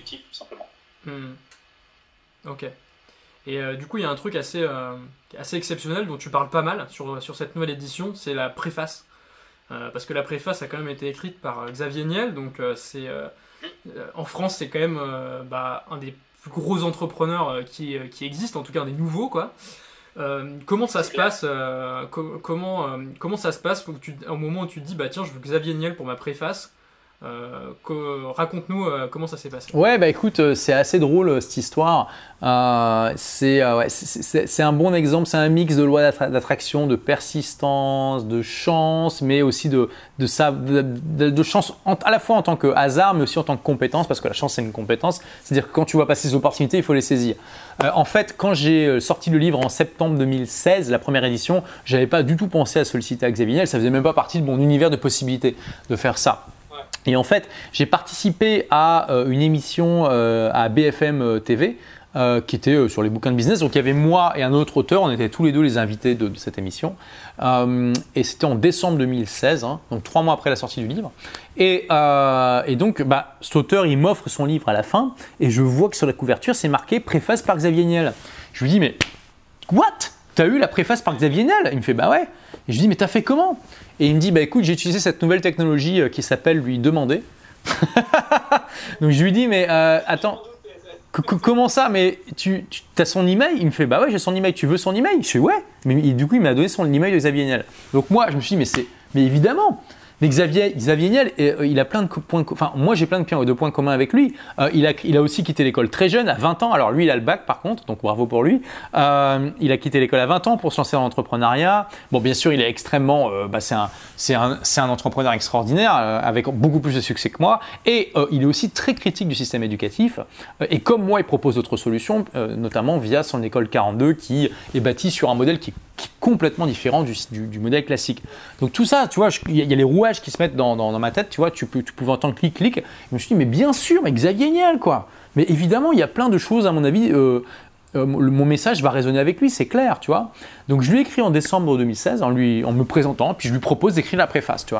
Ok. Et du coup, il y a un truc assez exceptionnel dont tu parles pas mal sur cette nouvelle édition, c'est la préface. Parce que la préface a quand même été écrite par Xavier Niel, donc en France, c'est quand même un des plus gros entrepreneurs qui existent, en tout cas un des nouveaux, quoi. Comment ça se passe comment ça se passe au moment où tu te dis, bah tiens, je veux Xavier Niel pour ma préface? Raconte-nous comment ça s'est passé. Ouais, bah écoute, c'est assez drôle cette histoire. C'est un bon exemple, c'est un mix de loi d'attraction, de persistance, de chance, mais aussi de chance à la fois en tant que hasard, mais aussi en tant que compétence, parce que la chance c'est une compétence. C'est-à-dire que quand tu vois passer des opportunités, il faut les saisir. En fait, quand j'ai sorti le livre en septembre 2016, la première édition, j'avais pas du tout pensé à solliciter à Xavier Niel, ça faisait même pas partie de mon univers de possibilités de faire ça. Et en fait, j'ai participé à une émission à BFM TV qui était sur les bouquins de business. Donc, il y avait moi et un autre auteur, on était tous les deux les invités de cette émission. Et c'était en décembre 2016, hein, donc 3 mois après la sortie du livre. Et donc, cet auteur, il m'offre son livre à la fin et je vois que sur la couverture, c'est marqué « Préface par Xavier Niel ». Je lui dis « Mais what ? T'as eu la préface par Xavier Niel ?» Il me fait « Bah ouais ». Et je lui dis « Mais t'as fait comment ?» Et il me dit, bah écoute, j'ai utilisé cette nouvelle technologie qui s'appelle lui demander. Donc je lui dis, mais attends, comment ça? Mais tu as son email? Il me fait, bah ouais, j'ai son email. Tu veux son email? Je fais, ouais. Mais du coup, il m'a donné son email de Xavier Niel. Donc moi, je me suis dit, mais évidemment. Mais Xavier Niel, il a plein de points. Enfin, moi, j'ai plein de points communs avec lui. Il a aussi quitté l'école très jeune, à 20 ans. Alors lui, il a le bac, par contre, donc bravo pour lui. Il a quitté l'école à 20 ans pour se lancer dans l'entrepreneuriat. Bon, bien sûr, il est extrêmement. C'est un entrepreneur extraordinaire, avec beaucoup plus de succès que moi. Et il est aussi très critique du système éducatif. Et comme moi, il propose d'autres solutions, notamment via son école 42, qui est bâtie sur un modèle qui est complètement différent du modèle classique. Donc tout ça, tu vois, il y a les rouages qui se mettent dans ma tête, tu vois, tu pouvais entendre clic. Je me suis dit, mais bien sûr, mais Xavier Niel, quoi. Mais évidemment, il y a plein de choses, à mon avis, mon message va résonner avec lui, c'est clair, tu vois. Donc je lui ai écrit en décembre 2016, en me présentant, puis je lui propose d'écrire la préface, tu vois.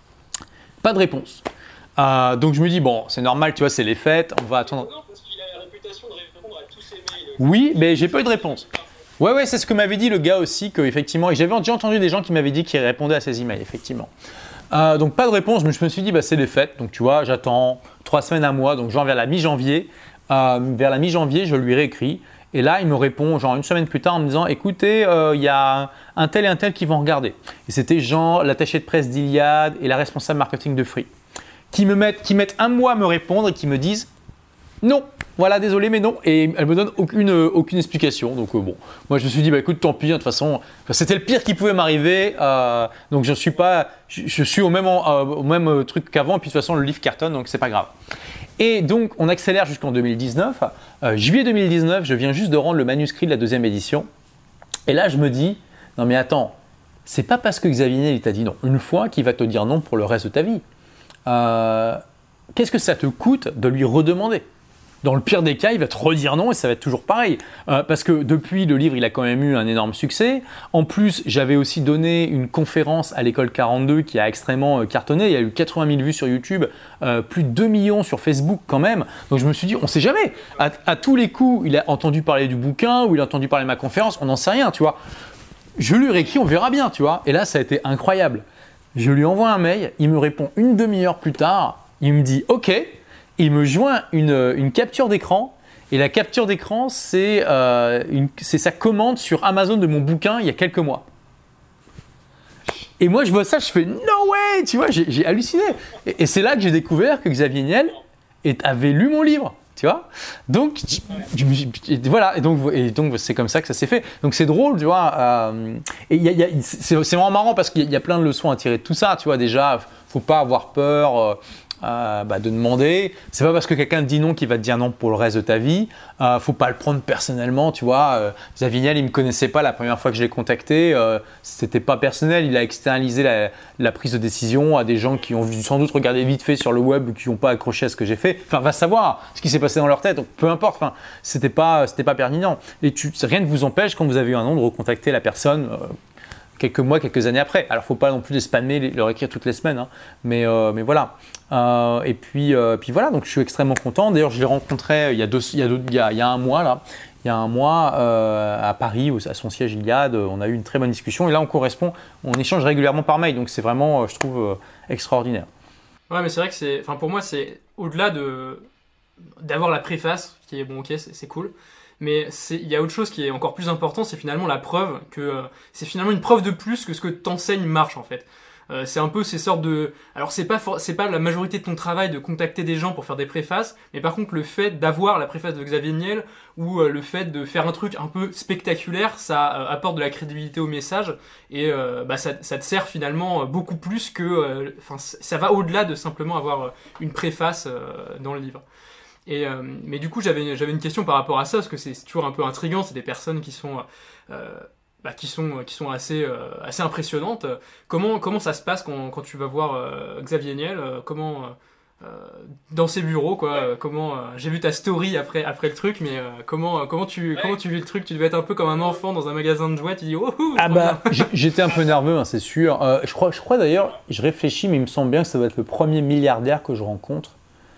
Pas de réponse. Donc je me dis, bon, c'est normal, tu vois, c'est les fêtes, on va attendre. Non, parce qu'il a la réputation de répondre à tous ses mails. Oui, mais j'ai pas eu de réponse. Ouais, c'est ce que m'avait dit le gars aussi, qu'effectivement, et j'avais déjà entendu des gens qui m'avaient dit qu'ils répondaient à ses emails, effectivement. Donc pas de réponse, mais je me suis dit, c'est les fêtes, donc tu vois, j'attends 3 semaines à mois, donc genre vers la mi-janvier. Vers la mi-janvier, je lui réécris, et là, il me répond, genre une semaine plus tard, en me disant, écoutez, il y a un tel et un tel qui vont regarder. Et c'était Jean, l'attaché de presse d'Iliade et la responsable marketing de Free, qui mettent un mois à me répondre et qui me disent, non, voilà, désolé, mais non. Et elle me donne aucune explication. Donc bon, moi je me suis dit, écoute, tant pis, de toute façon, c'était le pire qui pouvait m'arriver. Donc je suis au même truc qu'avant. Et puis de toute façon, le livre cartonne, donc c'est pas grave. Et donc on accélère jusqu'en 2019. Juillet 2019, je viens juste de rendre le manuscrit de la 2e édition. Et là, je me dis, non mais attends, c'est pas parce que Xavier Niel t'a dit non une fois qu'il va te dire non pour le reste de ta vie. Qu'est-ce que ça te coûte de lui redemander ? Dans le pire des cas, il va te redire non et ça va être toujours pareil. Parce que depuis, le livre, il a quand même eu un énorme succès. En plus, j'avais aussi donné une conférence à l'école 42 qui a extrêmement cartonné. Il y a eu 80 000 vues sur YouTube, plus de 2 millions sur Facebook quand même. Donc je me suis dit, on ne sait jamais. À tous les coups, il a entendu parler du bouquin ou il a entendu parler de ma conférence, on n'en sait rien, tu vois. Je lui réécris, on verra bien, tu vois. Et là, ça a été incroyable. Je lui envoie un mail, il me répond une demi-heure plus tard, il me dit « OK ». Il me joint une capture d'écran et la capture d'écran, c'est sa commande sur Amazon de mon bouquin il y a quelques mois. Et moi, je vois ça, je fais no way, tu vois, j'ai halluciné. Et c'est là que j'ai découvert que Xavier Niel avait lu mon livre, tu vois. Donc, voilà, et donc c'est comme ça que ça s'est fait. Donc c'est drôle, tu vois. Et c'est vraiment marrant parce qu'il y a plein de leçons à tirer de tout ça, tu vois. Déjà, faut pas avoir peur. De demander. C'est pas parce que quelqu'un te dit non qu'il va te dire non pour le reste de ta vie. Faut pas le prendre personnellement, tu vois. Xavier Niel, il me connaissait pas la première fois que je l'ai contacté. C'était pas personnel. Il a externalisé la prise de décision à des gens qui ont sans doute regardé vite fait sur le web ou qui n'ont pas accroché à ce que j'ai fait. Enfin, va savoir ce qui s'est passé dans leur tête. Donc, peu importe. Enfin, c'était pas pertinent. Et rien ne vous empêche quand vous avez eu un nom de recontacter la personne. Quelques mois, quelques années après. Alors, il ne faut pas non plus les spammer, leur écrire toutes les semaines, hein. Mais voilà. Et puis voilà, donc je suis extrêmement content. D'ailleurs, je l'ai rencontré il y a un mois, là. Il y a un mois, à Paris, à son siège Iliad. On a eu une très bonne discussion. Et là, on échange régulièrement par mail. Donc, c'est vraiment, je trouve, extraordinaire. Ouais, mais c'est vrai que pour moi, c'est au-delà d'avoir la préface, qui est bon, ok, c'est cool. Mais il y a autre chose qui est encore plus important, c'est finalement la preuve que c'est finalement une preuve de plus que ce que t'enseignes marche en fait. C'est un peu ces sortes de... Alors c'est pas la majorité de ton travail de contacter des gens pour faire des préfaces, mais par contre le fait d'avoir la préface de Xavier Niel ou le fait de faire un truc un peu spectaculaire, ça apporte de la crédibilité au message et ça te sert finalement beaucoup plus que... ça va au-delà de simplement avoir une préface dans le livre. Mais du coup, j'avais une question par rapport à ça, parce que c'est toujours un peu intriguant, c'est des personnes qui sont assez impressionnantes. Comment ça se passe quand tu vas voir Xavier Niel, dans ses bureaux, quoi, j'ai vu ta story après le truc, mais comment tu vis le truc? Tu devais être un peu comme un enfant dans un magasin de jouets, tu dis oh, j'étais un peu nerveux, hein, c'est sûr. Je crois d'ailleurs, je réfléchis, mais il me semble bien que ça va être le premier milliardaire que je rencontre.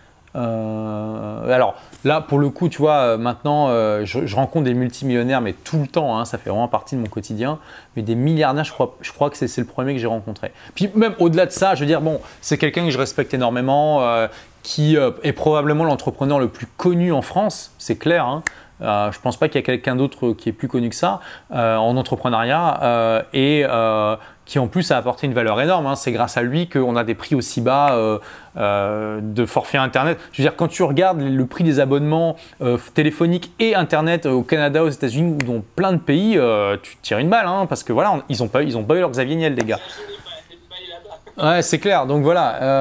Alors là, pour le coup, tu vois, maintenant, je rencontre des multimillionnaires, mais tout le temps, hein, ça fait vraiment partie de mon quotidien. Mais des milliardaires, je crois que c'est le premier que j'ai rencontré. Puis même au-delà de ça, je veux dire, bon, c'est quelqu'un que je respecte énormément, qui est probablement l'entrepreneur le plus connu en France, c'est clair, hein. Je ne pense pas qu'il y a quelqu'un d'autre qui est plus connu que ça en entrepreneuriat et qui en plus a apporté une valeur énorme, hein. C'est grâce à lui qu'on a des prix aussi bas de forfait Internet. Je veux dire, quand tu regardes le prix des abonnements téléphoniques et Internet au Canada, aux États-Unis ou dans plein de pays, tu te tires une balle, hein, parce que voilà, ils n'ont pas eu leur Xavier Niel, les gars. Ouais, c'est clair. Donc voilà.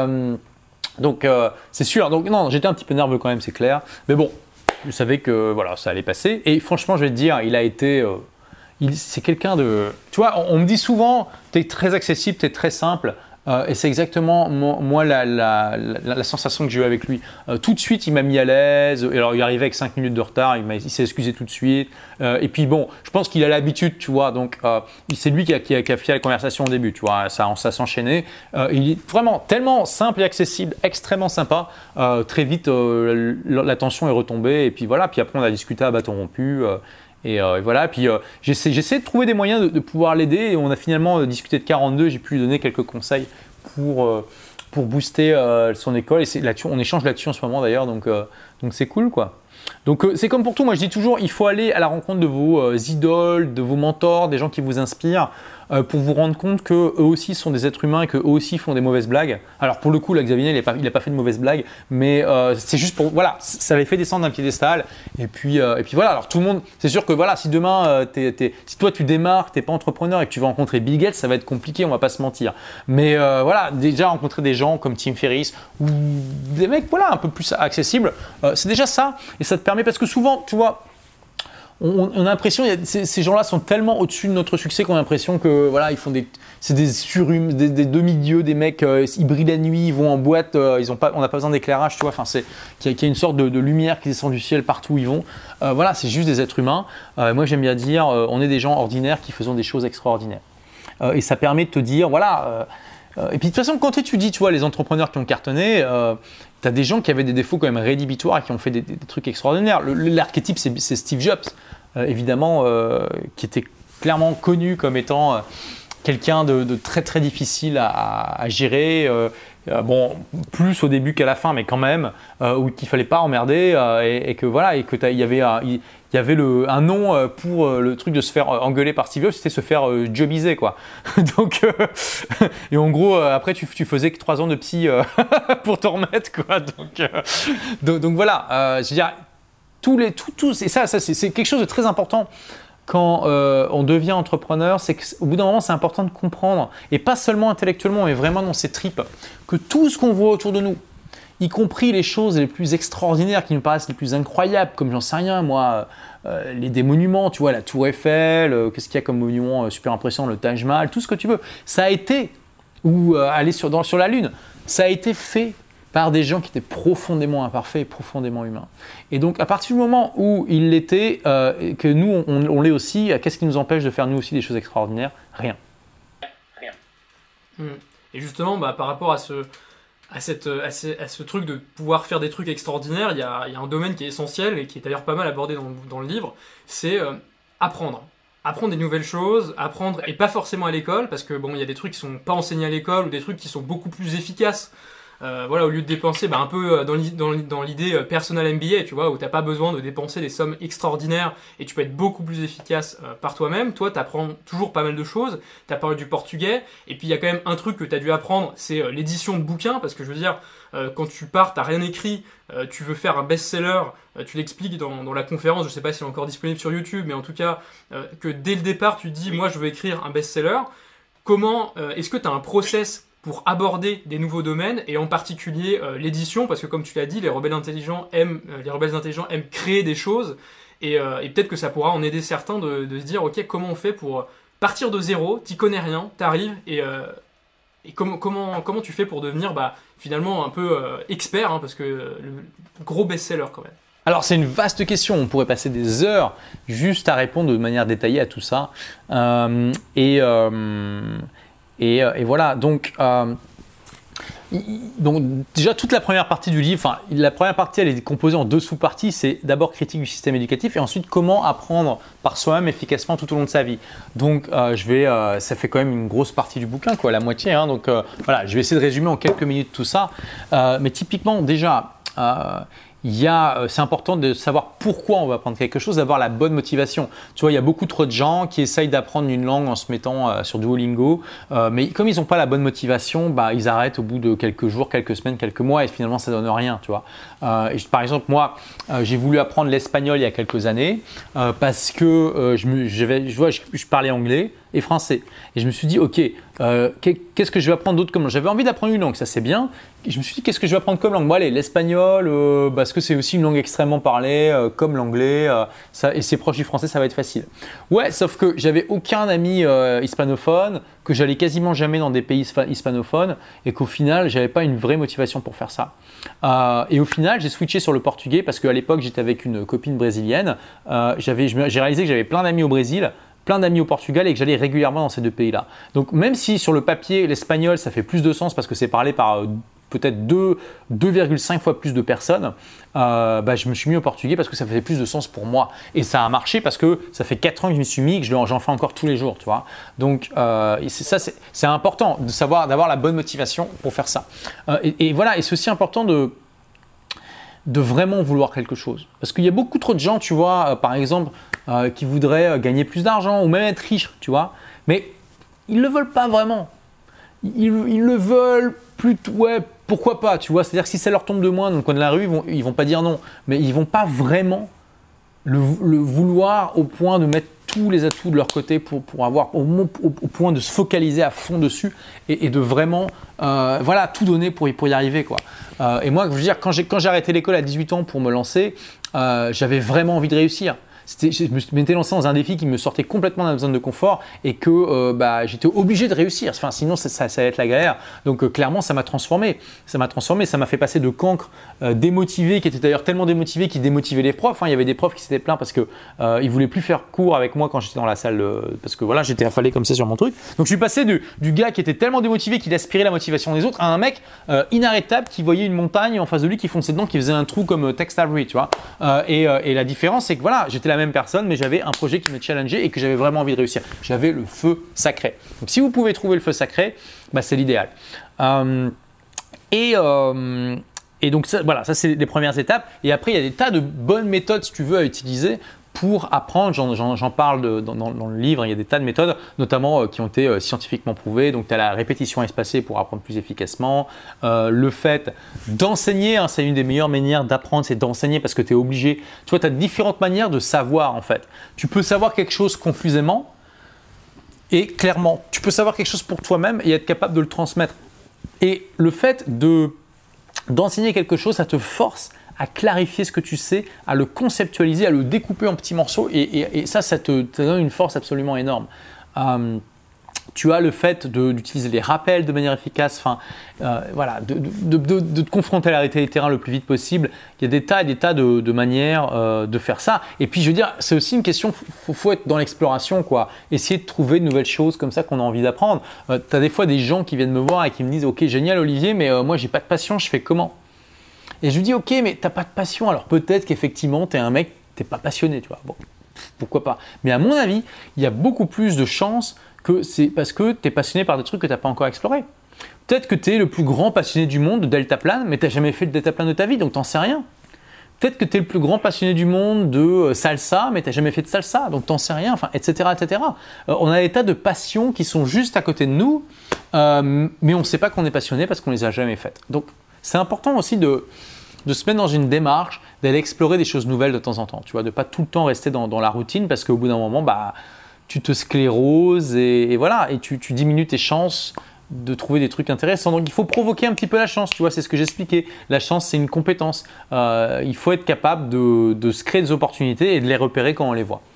C'est sûr. Donc non, j'étais un petit peu nerveux quand même, c'est clair. Mais bon. Je savais que voilà, ça allait passer. Et franchement, je vais te dire, il a été... c'est quelqu'un de... Tu vois, on me dit souvent, tu es très accessible, tu es très simple. Et c'est exactement moi la sensation que j'ai eue avec lui. Tout de suite, il m'a mis à l'aise. Alors, il arrivait avec 5 minutes de retard. Il s'est excusé tout de suite. Et puis, bon, je pense qu'il a l'habitude, tu vois. Donc, c'est lui qui a fait la conversation au début, tu vois. Ça s'enchaînait. Il est vraiment tellement simple et accessible, extrêmement sympa. Très vite, l'attention est retombée. Et puis, voilà. Puis après, on a discuté à bâton rompu. Et voilà, puis j'essaie de trouver des moyens de pouvoir l'aider et on a finalement discuté de 42, j'ai pu lui donner quelques conseils pour booster son école et on échange là-dessus en ce moment d'ailleurs, donc c'est cool quoi. Donc c'est comme pour tout, moi je dis toujours, il faut aller à la rencontre de vos idoles, de vos mentors, des gens qui vous inspirent pour vous rendre compte qu'eux aussi sont des êtres humains et qu'eux aussi font des mauvaises blagues. Alors pour le coup, là, Xavier, il n'a pas fait de mauvaises blagues, mais c'est juste pour, voilà, ça les fait descendre d'un piédestal. Et puis voilà, alors tout le monde, c'est sûr que voilà, si demain, si toi tu démarres, tu n'es pas entrepreneur et que tu vas rencontrer Bill Gates, ça va être compliqué, on va pas se mentir. Mais voilà, déjà rencontrer des gens comme Tim Ferriss ou des mecs voilà, un peu plus accessibles, c'est déjà ça. Et ça te permet, parce que souvent, tu vois, on a l'impression, ces gens-là sont tellement au-dessus de notre succès qu'on a l'impression que voilà, c'est des surhumains, des demi-dieux, des mecs, ils brillent la nuit, ils vont en boîte, on n'a pas besoin d'éclairage, tu vois. Enfin, qu'il y a une sorte de lumière qui descend du ciel partout où ils vont. Voilà, c'est juste des êtres humains. Moi, j'aime bien dire, on est des gens ordinaires qui faisons des choses extraordinaires. Et ça permet de te dire, voilà. Et puis de toute façon, quand tu étudies, tu vois, les entrepreneurs qui ont cartonné, tu as des gens qui avaient des défauts quand même rédhibitoires et qui ont fait des trucs extraordinaires. L'archétype, c'est Steve Jobs, évidemment, qui était clairement connu comme étant quelqu'un de très très difficile à gérer. Bon, plus au début qu'à la fin, mais quand même, où qu'il fallait pas emmerder et que voilà, et que il y avait il y avait un nom pour le truc de se faire engueuler par Steve Jobs, c'était se faire jobiser, quoi. Donc, et en gros, après, tu faisais que 3 ans de psy pour t'en remettre, quoi. Donc voilà, je veux dire, et ça c'est quelque chose de très important quand on devient entrepreneur, c'est qu'au bout d'un moment, c'est important de comprendre, et pas seulement intellectuellement, mais vraiment dans ses tripes, que tout ce qu'on voit autour de nous, y compris les choses les plus extraordinaires qui nous paraissent les plus incroyables, comme j'en sais rien, moi, des monuments, tu vois, la Tour Eiffel, qu'est-ce qu'il y a comme monument super impressionnant, le Taj Mahal, tout ce que tu veux, ça a été, ou aller sur la Lune, ça a été fait par des gens qui étaient profondément imparfaits et profondément humains. Et donc, à partir du moment où ils l'étaient, que nous, on l'est aussi, qu'est-ce qui nous empêche de faire nous aussi des choses extraordinaires? Rien. Et justement, par rapport à ce truc de pouvoir faire des trucs extraordinaires, il y a un domaine qui est essentiel et qui est d'ailleurs pas mal abordé dans le livre, c'est apprendre. Apprendre des nouvelles choses, apprendre, et pas forcément à l'école, parce que bon, il y a des trucs qui sont pas enseignés à l'école ou des trucs qui sont beaucoup plus efficaces. Voilà, au lieu de dépenser un peu dans l'idée personnel MBA, tu vois, où t'as pas besoin de dépenser des sommes extraordinaires et tu peux être beaucoup plus efficace par toi-même. Toi, t'apprends toujours pas mal de choses. T'as parlé du portugais, et puis il y a quand même un truc que t'as dû apprendre, c'est l'édition de bouquins, parce que je veux dire, quand tu pars, t'as rien écrit, tu veux faire un best-seller, tu l'expliques dans la conférence, je sais pas si elle est encore disponible sur YouTube, mais en tout cas, que dès le départ, tu te dis, moi je veux écrire un best-seller. Comment, est-ce que t'as un process pour aborder des nouveaux domaines, et en particulier l'édition, parce que comme tu l'as dit, les rebelles intelligents aiment créer des choses, et peut-être que ça pourra en aider certains de se dire, ok, comment on fait pour partir de zéro, t'y connais rien, t'arrives, et comment tu fais pour devenir finalement un peu expert, parce que le gros best-seller quand même. Alors c'est une vaste question, on pourrait passer des heures juste à répondre de manière détaillée à tout ça. Et voilà, donc déjà toute la première partie du livre, la première partie elle est composée en 2 sous-parties, c'est d'abord critique du système éducatif et ensuite comment apprendre par soi-même efficacement tout au long de sa vie. Donc ça fait quand même une grosse partie du bouquin, quoi, la moitié, hein, donc voilà, je vais essayer de résumer en quelques minutes tout ça. Mais typiquement déjà, c'est important de savoir pourquoi on va apprendre quelque chose, d'avoir la bonne motivation. Tu vois, il y a beaucoup trop de gens qui essayent d'apprendre une langue en se mettant sur Duolingo, mais comme ils n'ont pas la bonne motivation, ils arrêtent au bout de quelques jours, quelques semaines, quelques mois, et finalement ça ne donne rien, tu vois. Par exemple, moi, j'ai voulu apprendre l'espagnol il y a quelques années parce que je parlais anglais et français. Et je me suis dit, ok, qu'est-ce que je vais apprendre d'autre comme langue? J'avais envie d'apprendre une langue, ça c'est bien. Et je me suis dit, qu'est-ce que je vais apprendre comme langue? Bon, allez, l'espagnol, parce que c'est aussi une langue extrêmement parlée, comme l'anglais, et c'est proche du français, ça va être facile. Ouais, sauf que j'avais aucun ami hispanophone, que j'allais quasiment jamais dans des pays hispanophones, et qu'au final, j'avais pas une vraie motivation pour faire ça. Et au final, j'ai switché sur le portugais parce qu'à l'époque, j'étais avec une copine brésilienne. J'ai réalisé que j'avais plein d'amis au Brésil, plein d'amis au Portugal et que j'allais régulièrement dans ces 2 pays-là. Donc même si sur le papier, l'espagnol, ça fait plus de sens parce que c'est parlé par peut-être 2,5 fois plus de personnes, je me suis mis au portugais parce que ça faisait plus de sens pour moi. Et ça a marché parce que ça fait 4 ans que je m'y suis mis et que j'en fais encore tous les jours, tu vois. Donc c'est important de savoir, d'avoir la bonne motivation pour faire ça. Et voilà, et c'est aussi important de vraiment vouloir quelque chose. Parce qu'il y a beaucoup trop de gens, tu vois, par exemple, qui voudraient gagner plus d'argent ou même être riches, tu vois, mais ils ne le veulent pas vraiment. Ils le veulent plutôt, ouais, pourquoi pas, tu vois, c'est-à-dire que si ça leur tombe de moins dans le coin de la rue, ils vont pas dire non, mais ils vont pas vraiment le vouloir au point de mettre tous les atouts de leur côté pour avoir au point de se focaliser à fond dessus et de vraiment tout donner pour y arriver, quoi. Et moi, je veux dire, quand j'ai arrêté l'école à 18 ans pour me lancer, j'avais vraiment envie de réussir. Je m'étais lancé dans un défi qui me sortait complètement de la zone de confort et que j'étais obligé de réussir. Enfin, sinon, ça allait être la galère. Donc, clairement, ça m'a transformé. Ça m'a fait passer de cancre démotivé, qui était d'ailleurs tellement démotivé qu'il démotivait les profs. Il y avait des profs qui s'étaient plaints parce qu'ils ne voulaient plus faire cours avec moi quand j'étais dans la salle parce que voilà, j'étais affalé comme ça sur mon truc. Donc, je suis passé du gars qui était tellement démotivé qu'il aspirait la motivation des autres à un mec inarrêtable qui voyait une montagne en face de lui qui fonçait dedans, qui faisait un trou comme Tex Avery, tu vois. Et la différence, c'est que voilà, j'étais la même personne, mais j'avais un projet qui me challengeait et que j'avais vraiment envie de réussir. J'avais le feu sacré. Donc, si vous pouvez trouver le feu sacré, c'est l'idéal. Et donc, ça c'est les premières étapes. Et après, il y a des tas de bonnes méthodes, si tu veux, à utiliser pour apprendre. J'en parle dans le livre, il y a des tas de méthodes, notamment qui ont été scientifiquement prouvées. Donc, tu as la répétition espacée pour apprendre plus efficacement. Le fait d'enseigner, hein, c'est une des meilleures manières d'apprendre, c'est d'enseigner parce que tu es obligé. Tu vois, tu as différentes manières de savoir en fait. Tu peux savoir quelque chose confusément et clairement. Tu peux savoir quelque chose pour toi-même et être capable de le transmettre. Et le fait d'enseigner quelque chose, ça te force à clarifier ce que tu sais, à le conceptualiser, à le découper en petits morceaux et ça te donne une force absolument énorme. Tu as le fait d'utiliser les rappels de manière efficace, voilà, de te confronter à la réalité des terrains le plus vite possible. Il y a des tas et des tas de manières de faire ça. Et puis je veux dire, c'est aussi une question, faut être dans l'exploration, quoi. Essayer de trouver de nouvelles choses comme ça qu'on a envie d'apprendre. Tu as des fois des gens qui viennent me voir et qui me disent « Ok, génial Olivier, mais moi j'ai pas de passion, je fais comment ?» Et je lui dis, ok, mais t'as pas de passion, alors peut-être qu'effectivement, t'es un mec, t'es pas passionné, tu vois. Bon, pourquoi pas. Mais à mon avis, il y a beaucoup plus de chances que c'est parce que t'es passionné par des trucs que t'as pas encore explorés. Peut-être que t'es le plus grand passionné du monde de deltaplane, mais t'as jamais fait de deltaplane de ta vie, donc t'en sais rien. Peut-être que t'es le plus grand passionné du monde de salsa, mais t'as jamais fait de salsa, donc t'en sais rien, enfin, etc., etc. On a des tas de passions qui sont juste à côté de nous, mais on ne sait pas qu'on est passionné parce qu'on les a jamais faites. Donc, c'est important aussi de se mettre dans une démarche, d'aller explorer des choses nouvelles de temps en temps, tu vois, de ne pas tout le temps rester dans la routine parce qu'au bout d'un moment, tu te scléroses et voilà, et tu diminues tes chances de trouver des trucs intéressants. Donc, il faut provoquer un petit peu la chance, tu vois, c'est ce que j'expliquais. La chance, c'est une compétence. Il faut être capable de se créer des opportunités et de les repérer quand on les voit.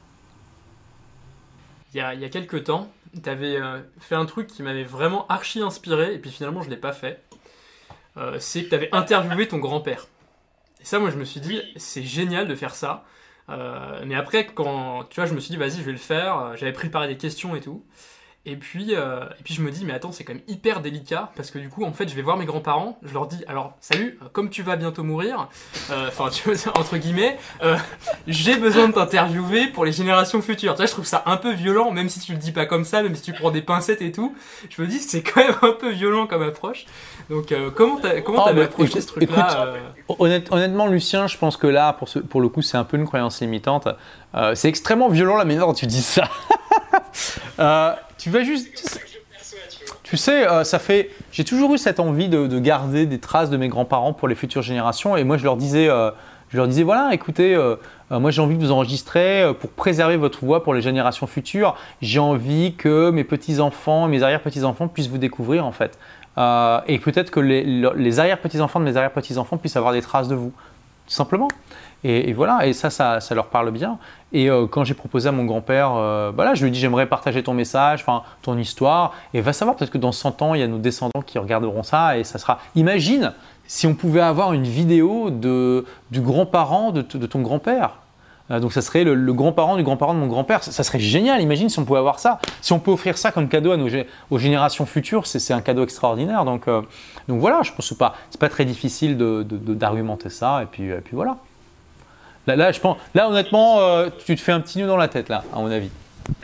Il y a quelques temps, tu avais fait un truc qui m'avait vraiment archi inspiré et puis finalement, je ne l'ai pas fait. C'est que tu avais interviewé ton grand-père. Et ça, moi, je me suis dit, c'est génial de faire ça. Mais après, quand tu vois, je me suis dit, vas-y, je vais le faire. J'avais préparé des questions et tout. Et puis je me dis, mais attends, c'est quand même hyper délicat parce que du coup, en fait, je vais voir mes grands-parents. Je leur dis, alors, salut, comme tu vas bientôt mourir, enfin, tu vois, entre guillemets, j'ai besoin de t'interviewer pour les générations futures. Tu vois, je trouve ça un peu violent, même si tu le dis pas comme ça, même si tu prends des pincettes et tout. Je me dis, c'est quand même un peu violent comme approche. Donc, comment t'avais approché ce truc-là Honnêtement, Lucien, je pense que là, pour le coup, c'est un peu une croyance limitante. C'est extrêmement violent la manière dont tu dis ça. Tu vas juste. Tu sais, j'ai toujours eu cette envie de garder des traces de mes grands-parents pour les futures générations. Et moi, je leur disais, voilà, écoutez, moi j'ai envie de vous enregistrer pour préserver votre voix pour les générations futures. J'ai envie que mes petits-enfants, mes arrière-petits-enfants puissent vous découvrir en fait. Et peut-être que les arrière-petits-enfants de mes arrière-petits-enfants puissent avoir des traces de vous, tout simplement. Et voilà, et ça leur parle bien. Et quand j'ai proposé à mon grand-père, voilà, je lui ai dit j'aimerais partager ton message, ton histoire, et va savoir, peut-être que dans 100 ans, il y a nos descendants qui regarderont ça, et ça sera… Imagine si on pouvait avoir une vidéo du grand-parent de ton grand-père. Donc ça serait le grand-parent du grand-parent de mon grand-père, ça serait génial, imagine si on pouvait avoir ça. Si on peut offrir ça comme cadeau aux générations futures, c'est un cadeau extraordinaire. Donc voilà, je pense que c'est pas très difficile d'argumenter ça, et puis voilà. Là, je pense, honnêtement, tu te fais un petit nœud dans la tête, là, à mon avis.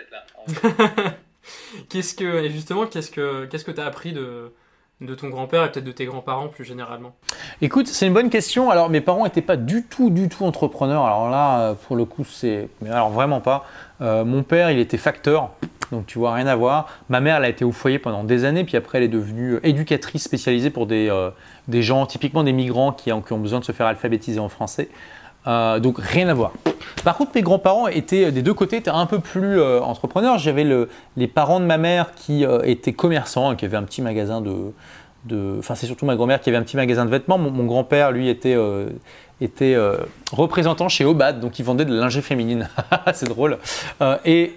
Qu'est-ce que tu as appris de ton grand-père et peut-être de tes grands-parents plus généralement? Écoute, c'est une bonne question. Alors, mes parents n'étaient pas du tout entrepreneurs. Alors là, pour le coup, mais alors vraiment pas. Mon père, il était facteur. Donc, tu vois, rien à voir. Ma mère, elle a été au foyer pendant des années. Puis après, elle est devenue éducatrice spécialisée pour des gens, typiquement des migrants qui ont besoin de se faire alphabétiser en français. Donc rien à voir. Par contre, mes grands-parents étaient des deux côtés un peu plus entrepreneurs. J'avais les parents de ma mère qui étaient commerçants, qui avaient un petit magasin enfin, c'est surtout ma grand-mère qui avait un petit magasin de vêtements. Mon grand-père, lui, était représentant chez Obad, donc il vendait de la lingerie féminine. C'est drôle. Et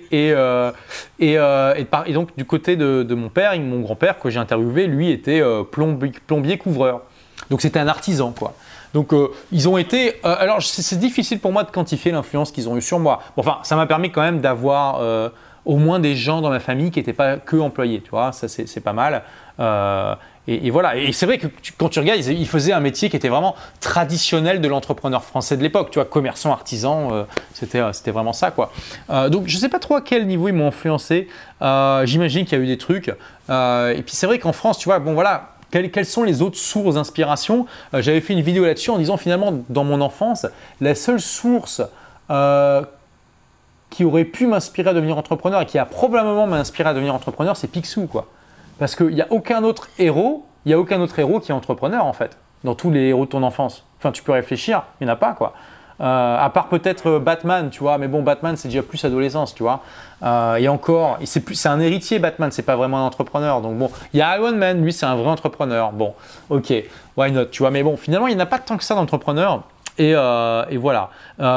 donc du côté de mon père, mon grand-père que j'ai interviewé, lui était plombier couvreur. Donc c'était un artisan, quoi. Donc ils ont été… alors c'est difficile pour moi de quantifier l'influence qu'ils ont eue sur moi. Bon, enfin, ça m'a permis quand même d'avoir au moins des gens dans ma famille qui n'étaient pas que employés, tu vois, ça c'est pas mal. Et voilà, et c'est vrai que quand tu regardes, ils faisaient un métier qui était vraiment traditionnel de l'entrepreneur français de l'époque, tu vois, commerçant, artisan, c'était vraiment ça, quoi. Donc je ne sais pas trop à quel niveau ils m'ont influencé, j'imagine qu'il y a eu des trucs. Et puis c'est vrai qu'en France, tu vois, bon voilà… Quelles sont les autres sources d'inspiration? J'avais fait une vidéo là-dessus en disant finalement, dans mon enfance, la seule source qui aurait pu m'inspirer à devenir entrepreneur et qui a probablement m'inspiré à devenir entrepreneur, c'est Picsou, quoi. Parce qu'il n'y a aucun autre héros qui est entrepreneur, en fait, dans tous les héros de ton enfance. Enfin, tu peux réfléchir, il n'y en a pas, quoi. À part peut-être Batman, tu vois, mais bon, Batman, c'est déjà plus adolescence, tu vois. Et encore, c'est un héritier, Batman, c'est pas vraiment un entrepreneur. Donc bon, il y a Iron Man, lui, c'est un vrai entrepreneur. Bon, ok, why not, tu vois. Mais bon, finalement, il n'y en a pas tant que ça d'entrepreneurs. Et voilà.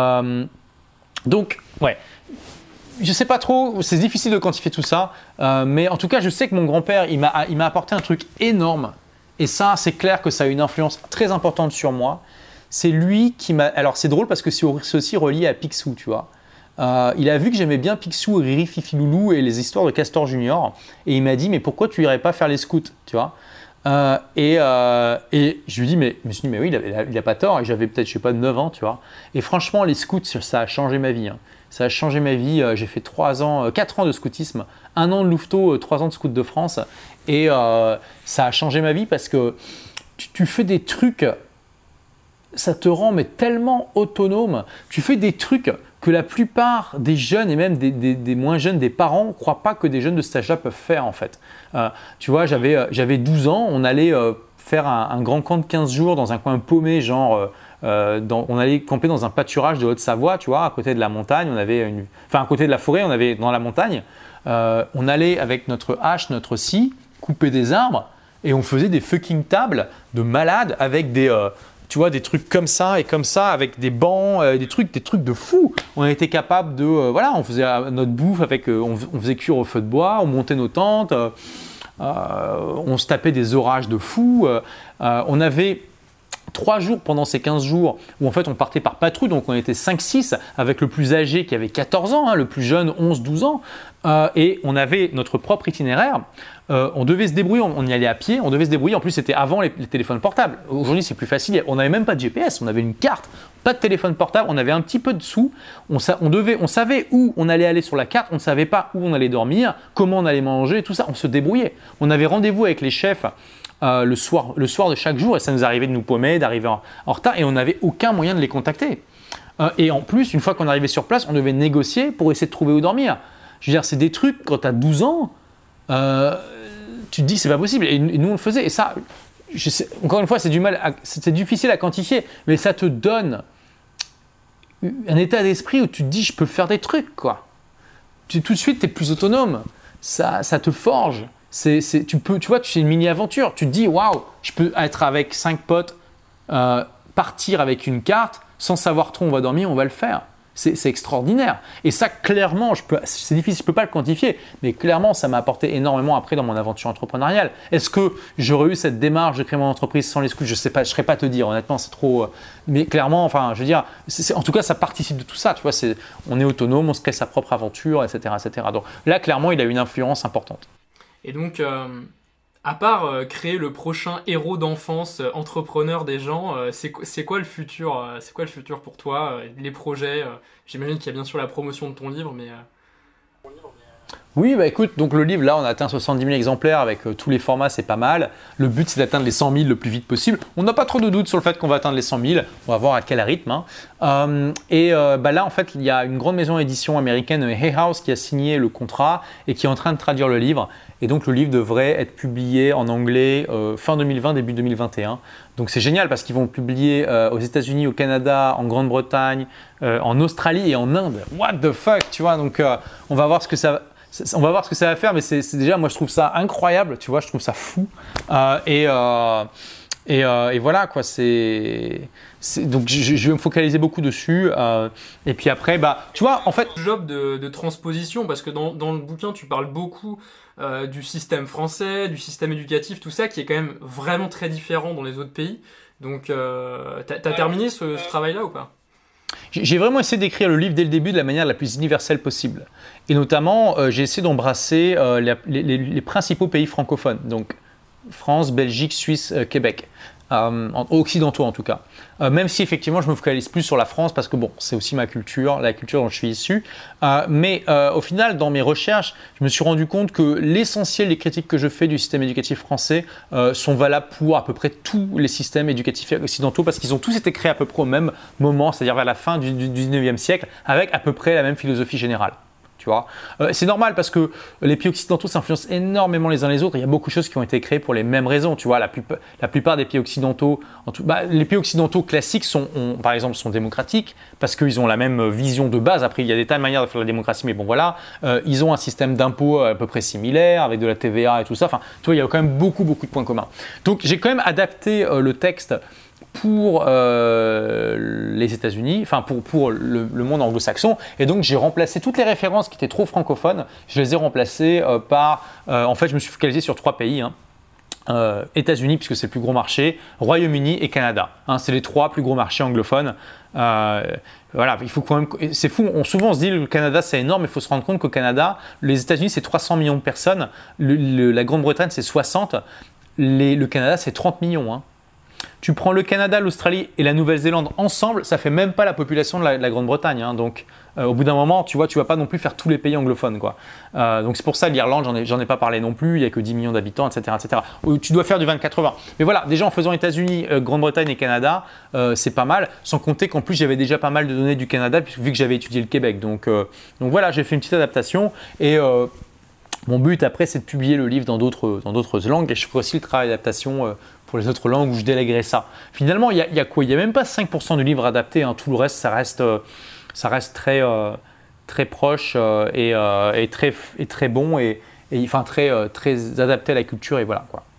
Donc, ouais. Je sais pas trop, c'est difficile de quantifier tout ça, mais en tout cas, je sais que mon grand-père, il m'a apporté un truc énorme. Et ça, c'est clair que ça a une influence très importante sur moi. C'est lui qui m'a. Alors, c'est drôle parce que c'est aussi relié à Picsou, tu vois. Il a vu que j'aimais bien Picsou, Riri, Fifi, Loulou et les histoires de Castor Junior. Et il m'a dit, mais pourquoi tu irais pas faire les scouts, tu vois. Et je lui dis, mais oui, il a pas tort. Et j'avais peut-être, je sais pas, 9 ans, tu vois. Et franchement, les scouts, ça a changé ma vie, hein. Ça a changé ma vie. J'ai fait 4 ans de scoutisme, 1 an de louveteau, 3 ans de scout de France. Et ça a changé ma vie parce que tu fais des trucs, ça te rend mais tellement autonome. Tu fais des trucs que la plupart des jeunes et même des moins jeunes, des parents, ne croient pas que des jeunes de cet âge-là peuvent faire, en fait. Tu vois, j'avais 12 ans, on allait faire un grand camp de 15 jours dans un coin paumé, genre… on allait camper dans un pâturage de Haute-Savoie, tu vois, à côté de la montagne, à côté de la forêt, on avait dans la montagne. On allait avec notre hache, notre scie, couper des arbres et on faisait des fucking tables de malades avec tu vois, des trucs comme ça et comme ça, avec des bancs, des trucs de fou. On était capable de, on faisait notre bouffe on faisait cuire au feu de bois, on montait nos tentes, on se tapait des orages de fou. On avait 3 jours pendant ces 15 jours où en fait on partait par patrouille, donc on était 5-6 avec le plus âgé qui avait 14 ans, hein, le plus jeune 11-12 ans, et on avait notre propre itinéraire. On devait se débrouiller, on y allait à pied, on devait se débrouiller, en plus c'était avant les téléphones portables. Aujourd'hui c'est plus facile, on n'avait même pas de GPS, on avait une carte, pas de téléphone portable, on avait un petit peu de sous, on savait où on allait aller sur la carte, on ne savait pas où on allait dormir, comment on allait manger, tout ça, on se débrouillait. On avait rendez-vous avec les chefs le soir de chaque jour et ça nous arrivait de nous paumer, d'arriver en retard et on n'avait aucun moyen de les contacter. Et en plus, une fois qu'on arrivait sur place, on devait négocier pour essayer de trouver où dormir. Je veux dire, c'est des trucs, quand tu as 12 ans, tu te dis que c'est pas possible. Et nous, on le faisait. Et ça, encore une fois, c'est difficile à quantifier, mais ça te donne un état d'esprit où tu te dis, je peux faire des trucs, quoi. Tout de suite, tu es plus autonome. Ça te forge. Tu vois, tu fais une mini-aventure. Tu te dis, waouh, je peux être avec 5 potes, partir avec une carte, sans savoir trop où on va dormir, on va le faire. C'est extraordinaire. Et ça, clairement, c'est difficile, je ne peux pas le quantifier, mais clairement, ça m'a apporté énormément après dans mon aventure entrepreneuriale. Est-ce que j'aurais eu cette démarche de créer mon entreprise sans les scouts? Je ne sais pas, je ne saurais pas te dire, honnêtement, c'est trop… Mais clairement, enfin, je veux dire, en tout cas, ça participe de tout ça. Tu vois, on est autonome, on se crée sa propre aventure, etc., etc. Donc là, clairement, il a une influence importante. Et donc… à part créer le prochain héros d'enfance, entrepreneur des gens, c'est quoi le futur c'est quoi le futur pour toi, les projets j'imagine qu'il y a bien sûr la promotion de ton livre, mais… Oui, bah écoute, donc le livre, là, on a atteint 70 000 exemplaires avec tous les formats, c'est pas mal. Le but, c'est d'atteindre les 100 000 le plus vite possible. On n'a pas trop de doutes sur le fait qu'on va atteindre les 100 000. On va voir à quel rythme, hein. Là, en fait, il y a une grande maison d'édition américaine, Hay House, qui a signé le contrat et qui est en train de traduire le livre. Et donc, le livre devrait être publié en anglais fin 2020, début 2021. Donc, c'est génial parce qu'ils vont le publier aux États-Unis, au Canada, en Grande-Bretagne, en Australie et en Inde. What the fuck, tu vois. Donc, on va voir ce que ça va faire, mais c'est déjà, moi, je trouve ça incroyable, tu vois, je trouve ça fou. Et voilà, quoi, donc, je vais me focaliser beaucoup dessus. Et puis après, bah, tu vois, en fait… Job de transposition, parce que dans le bouquin, tu parles beaucoup du système français, du système éducatif, tout ça, qui est quand même vraiment très différent dans les autres pays. Donc, t'as terminé ce travail-là ou pas ? J'ai vraiment essayé d'écrire le livre dès le début de la manière la plus universelle possible. Et notamment, j'ai essayé d'embrasser les principaux pays francophones. Donc, France, Belgique, Suisse, Québec. occidentaux en tout cas. Même si effectivement je me focalise plus sur la France parce que bon, c'est aussi ma culture, la culture dont je suis issu. Mais au final, dans mes recherches, je me suis rendu compte que l'essentiel des critiques que je fais du système éducatif français sont valables pour à peu près tous les systèmes éducatifs occidentaux parce qu'ils ont tous été créés à peu près au même moment, c'est-à-dire vers la fin du 19e siècle, avec à peu près la même philosophie générale. Tu vois, c'est normal parce que les pays occidentaux s'influencent énormément les uns les autres. Il y a beaucoup de choses qui ont été créées pour les mêmes raisons. Tu vois, la plupart des pays occidentaux, les pays occidentaux classiques par exemple, sont démocratiques parce qu'ils ont la même vision de base. Après, il y a des tas de manières de faire la démocratie, mais bon voilà, ils ont un système d'impôt à peu près similaire avec de la TVA et tout ça. Enfin, tu vois, il y a quand même beaucoup de points communs. Donc, j'ai quand même adapté le texte pour les États-Unis, enfin pour le monde anglo-saxon, et donc j'ai remplacé toutes les références qui étaient trop francophones, je les ai remplacées par, en fait je me suis focalisé sur 3 pays, États-Unis puisque c'est le plus gros marché, Royaume-Uni et Canada, c'est les 3 plus gros marchés anglophones. Voilà, il faut quand même, c'est fou, souvent on se dit que le Canada c'est énorme, mais il faut se rendre compte qu'au Canada, les États-Unis c'est 300 millions de personnes, la Grande-Bretagne c'est 60, le Canada c'est 30 millions. Tu prends le Canada, l'Australie et la Nouvelle-Zélande ensemble, ça fait même pas la population de la Grande-Bretagne. Donc, au bout d'un moment, tu vois, tu vas pas non plus faire tous les pays anglophones, quoi. Donc, c'est pour ça l'Irlande, j'en ai pas parlé non plus. Il y a que 10 millions d'habitants, etc., etc. Tu dois faire du 24-20. Mais voilà, déjà en faisant États-Unis, Grande-Bretagne et Canada, c'est pas mal. Sans compter qu'en plus, j'avais déjà pas mal de données du Canada vu que j'avais étudié le Québec. Donc voilà, j'ai fait une petite adaptation et mon but après, c'est de publier le livre dans d'autres langues et je ferai aussi le travail d'adaptation pour les autres langues où je déléguerai ça. Finalement, il y a quoi? Il n'y a même pas 5% du livre adapté. Tout le reste, ça reste très proche et très bon et enfin très adapté à la culture et voilà quoi.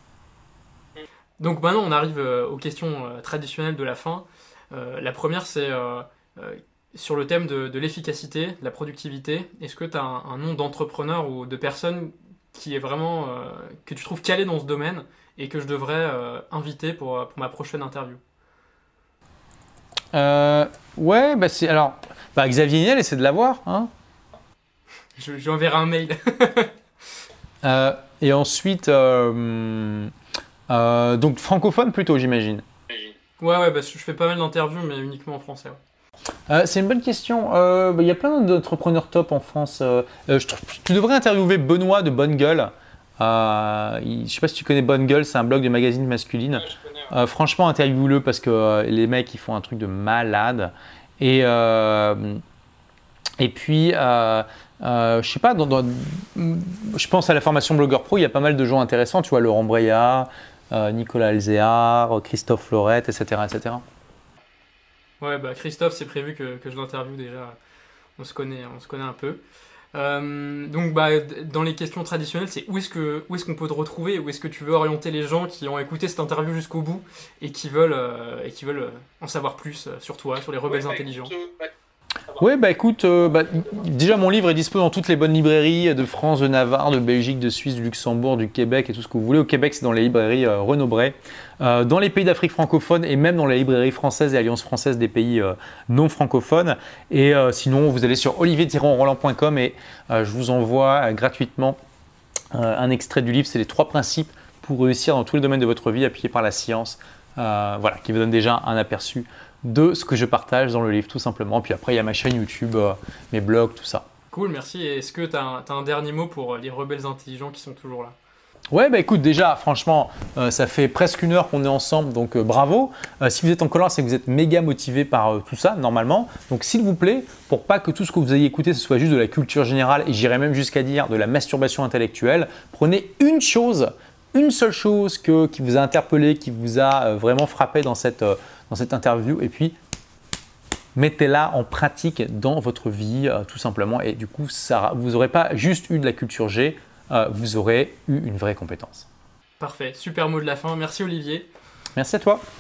Donc maintenant, on arrive aux questions traditionnelles de la fin. La première, c'est sur le thème de l'efficacité, de la productivité. Est-ce que tu as un nom d'entrepreneur ou de personne qui est vraiment que tu trouves calé dans ce domaine et que je devrais inviter pour ma prochaine interview? Ouais, Xavier Niel, essaie de l'avoir. Je lui enverrai un mail. Et ensuite, donc francophone plutôt, j'imagine. Ouais, je fais pas mal d'interviews, mais uniquement en français. C'est une bonne question. Il y a plein d'entrepreneurs top en France. Tu devrais interviewer Benoît de Bonne Gueule. Je ne sais pas si tu connais Bonne Gueule, c'est un blog de magazine masculine. Ouais, je connais, ouais. Franchement, interviewe-le parce que les mecs, ils font un truc de malade. Et puis, je sais pas, je pense à la formation Blogueur Pro, il y a pas mal de gens intéressants. Tu vois, Laurent Breillat, Nicolas Alzéar, Christophe Florette, etc., etc. Ouais, Christophe, c'est prévu que je l'interviewe déjà. On se connaît un peu. Donc, dans les questions traditionnelles, c'est où est-ce qu'on peut te retrouver? Où est-ce que tu veux orienter les gens qui ont écouté cette interview jusqu'au bout et qui veulent en savoir plus sur toi, sur les rebelles intelligents? Oui, écoute, déjà mon livre est dispo dans toutes les bonnes librairies de France, de Navarre, de Belgique, de Suisse, du Luxembourg, du Québec et tout ce que vous voulez. Au Québec, c'est dans les librairies Renaud Bray. Dans les pays d'Afrique francophone et même dans les librairies françaises et alliances françaises des pays non francophones. Et sinon, vous allez sur olivier-roland.com et je vous envoie gratuitement un extrait du livre. C'est les 3 principes pour réussir dans tous les domaines de votre vie appuyés par la science. Voilà, qui vous donne déjà un aperçu de ce que je partage dans le livre tout simplement. Puis après, il y a ma chaîne YouTube, mes blogs, tout ça. Cool, merci. Et est-ce que tu as un dernier mot pour les rebelles intelligents qui sont toujours là? Ouais, écoute, déjà, franchement, ça fait presque 1 heure qu'on est ensemble, donc bravo. Si vous êtes en colère, c'est que vous êtes méga motivé par tout ça, normalement. Donc, s'il vous plaît, pour pas que tout ce que vous ayez écouté, ce soit juste de la culture générale, et j'irais même jusqu'à dire de la masturbation intellectuelle, prenez une seule chose qui vous a interpellé, qui vous a vraiment frappé dans cette interview, et puis mettez-la en pratique dans votre vie, tout simplement. Et du coup, vous n'aurez pas juste eu de la culture G, vous aurez eu une vraie compétence. Parfait, super mot de la fin. Merci Olivier. Merci à toi.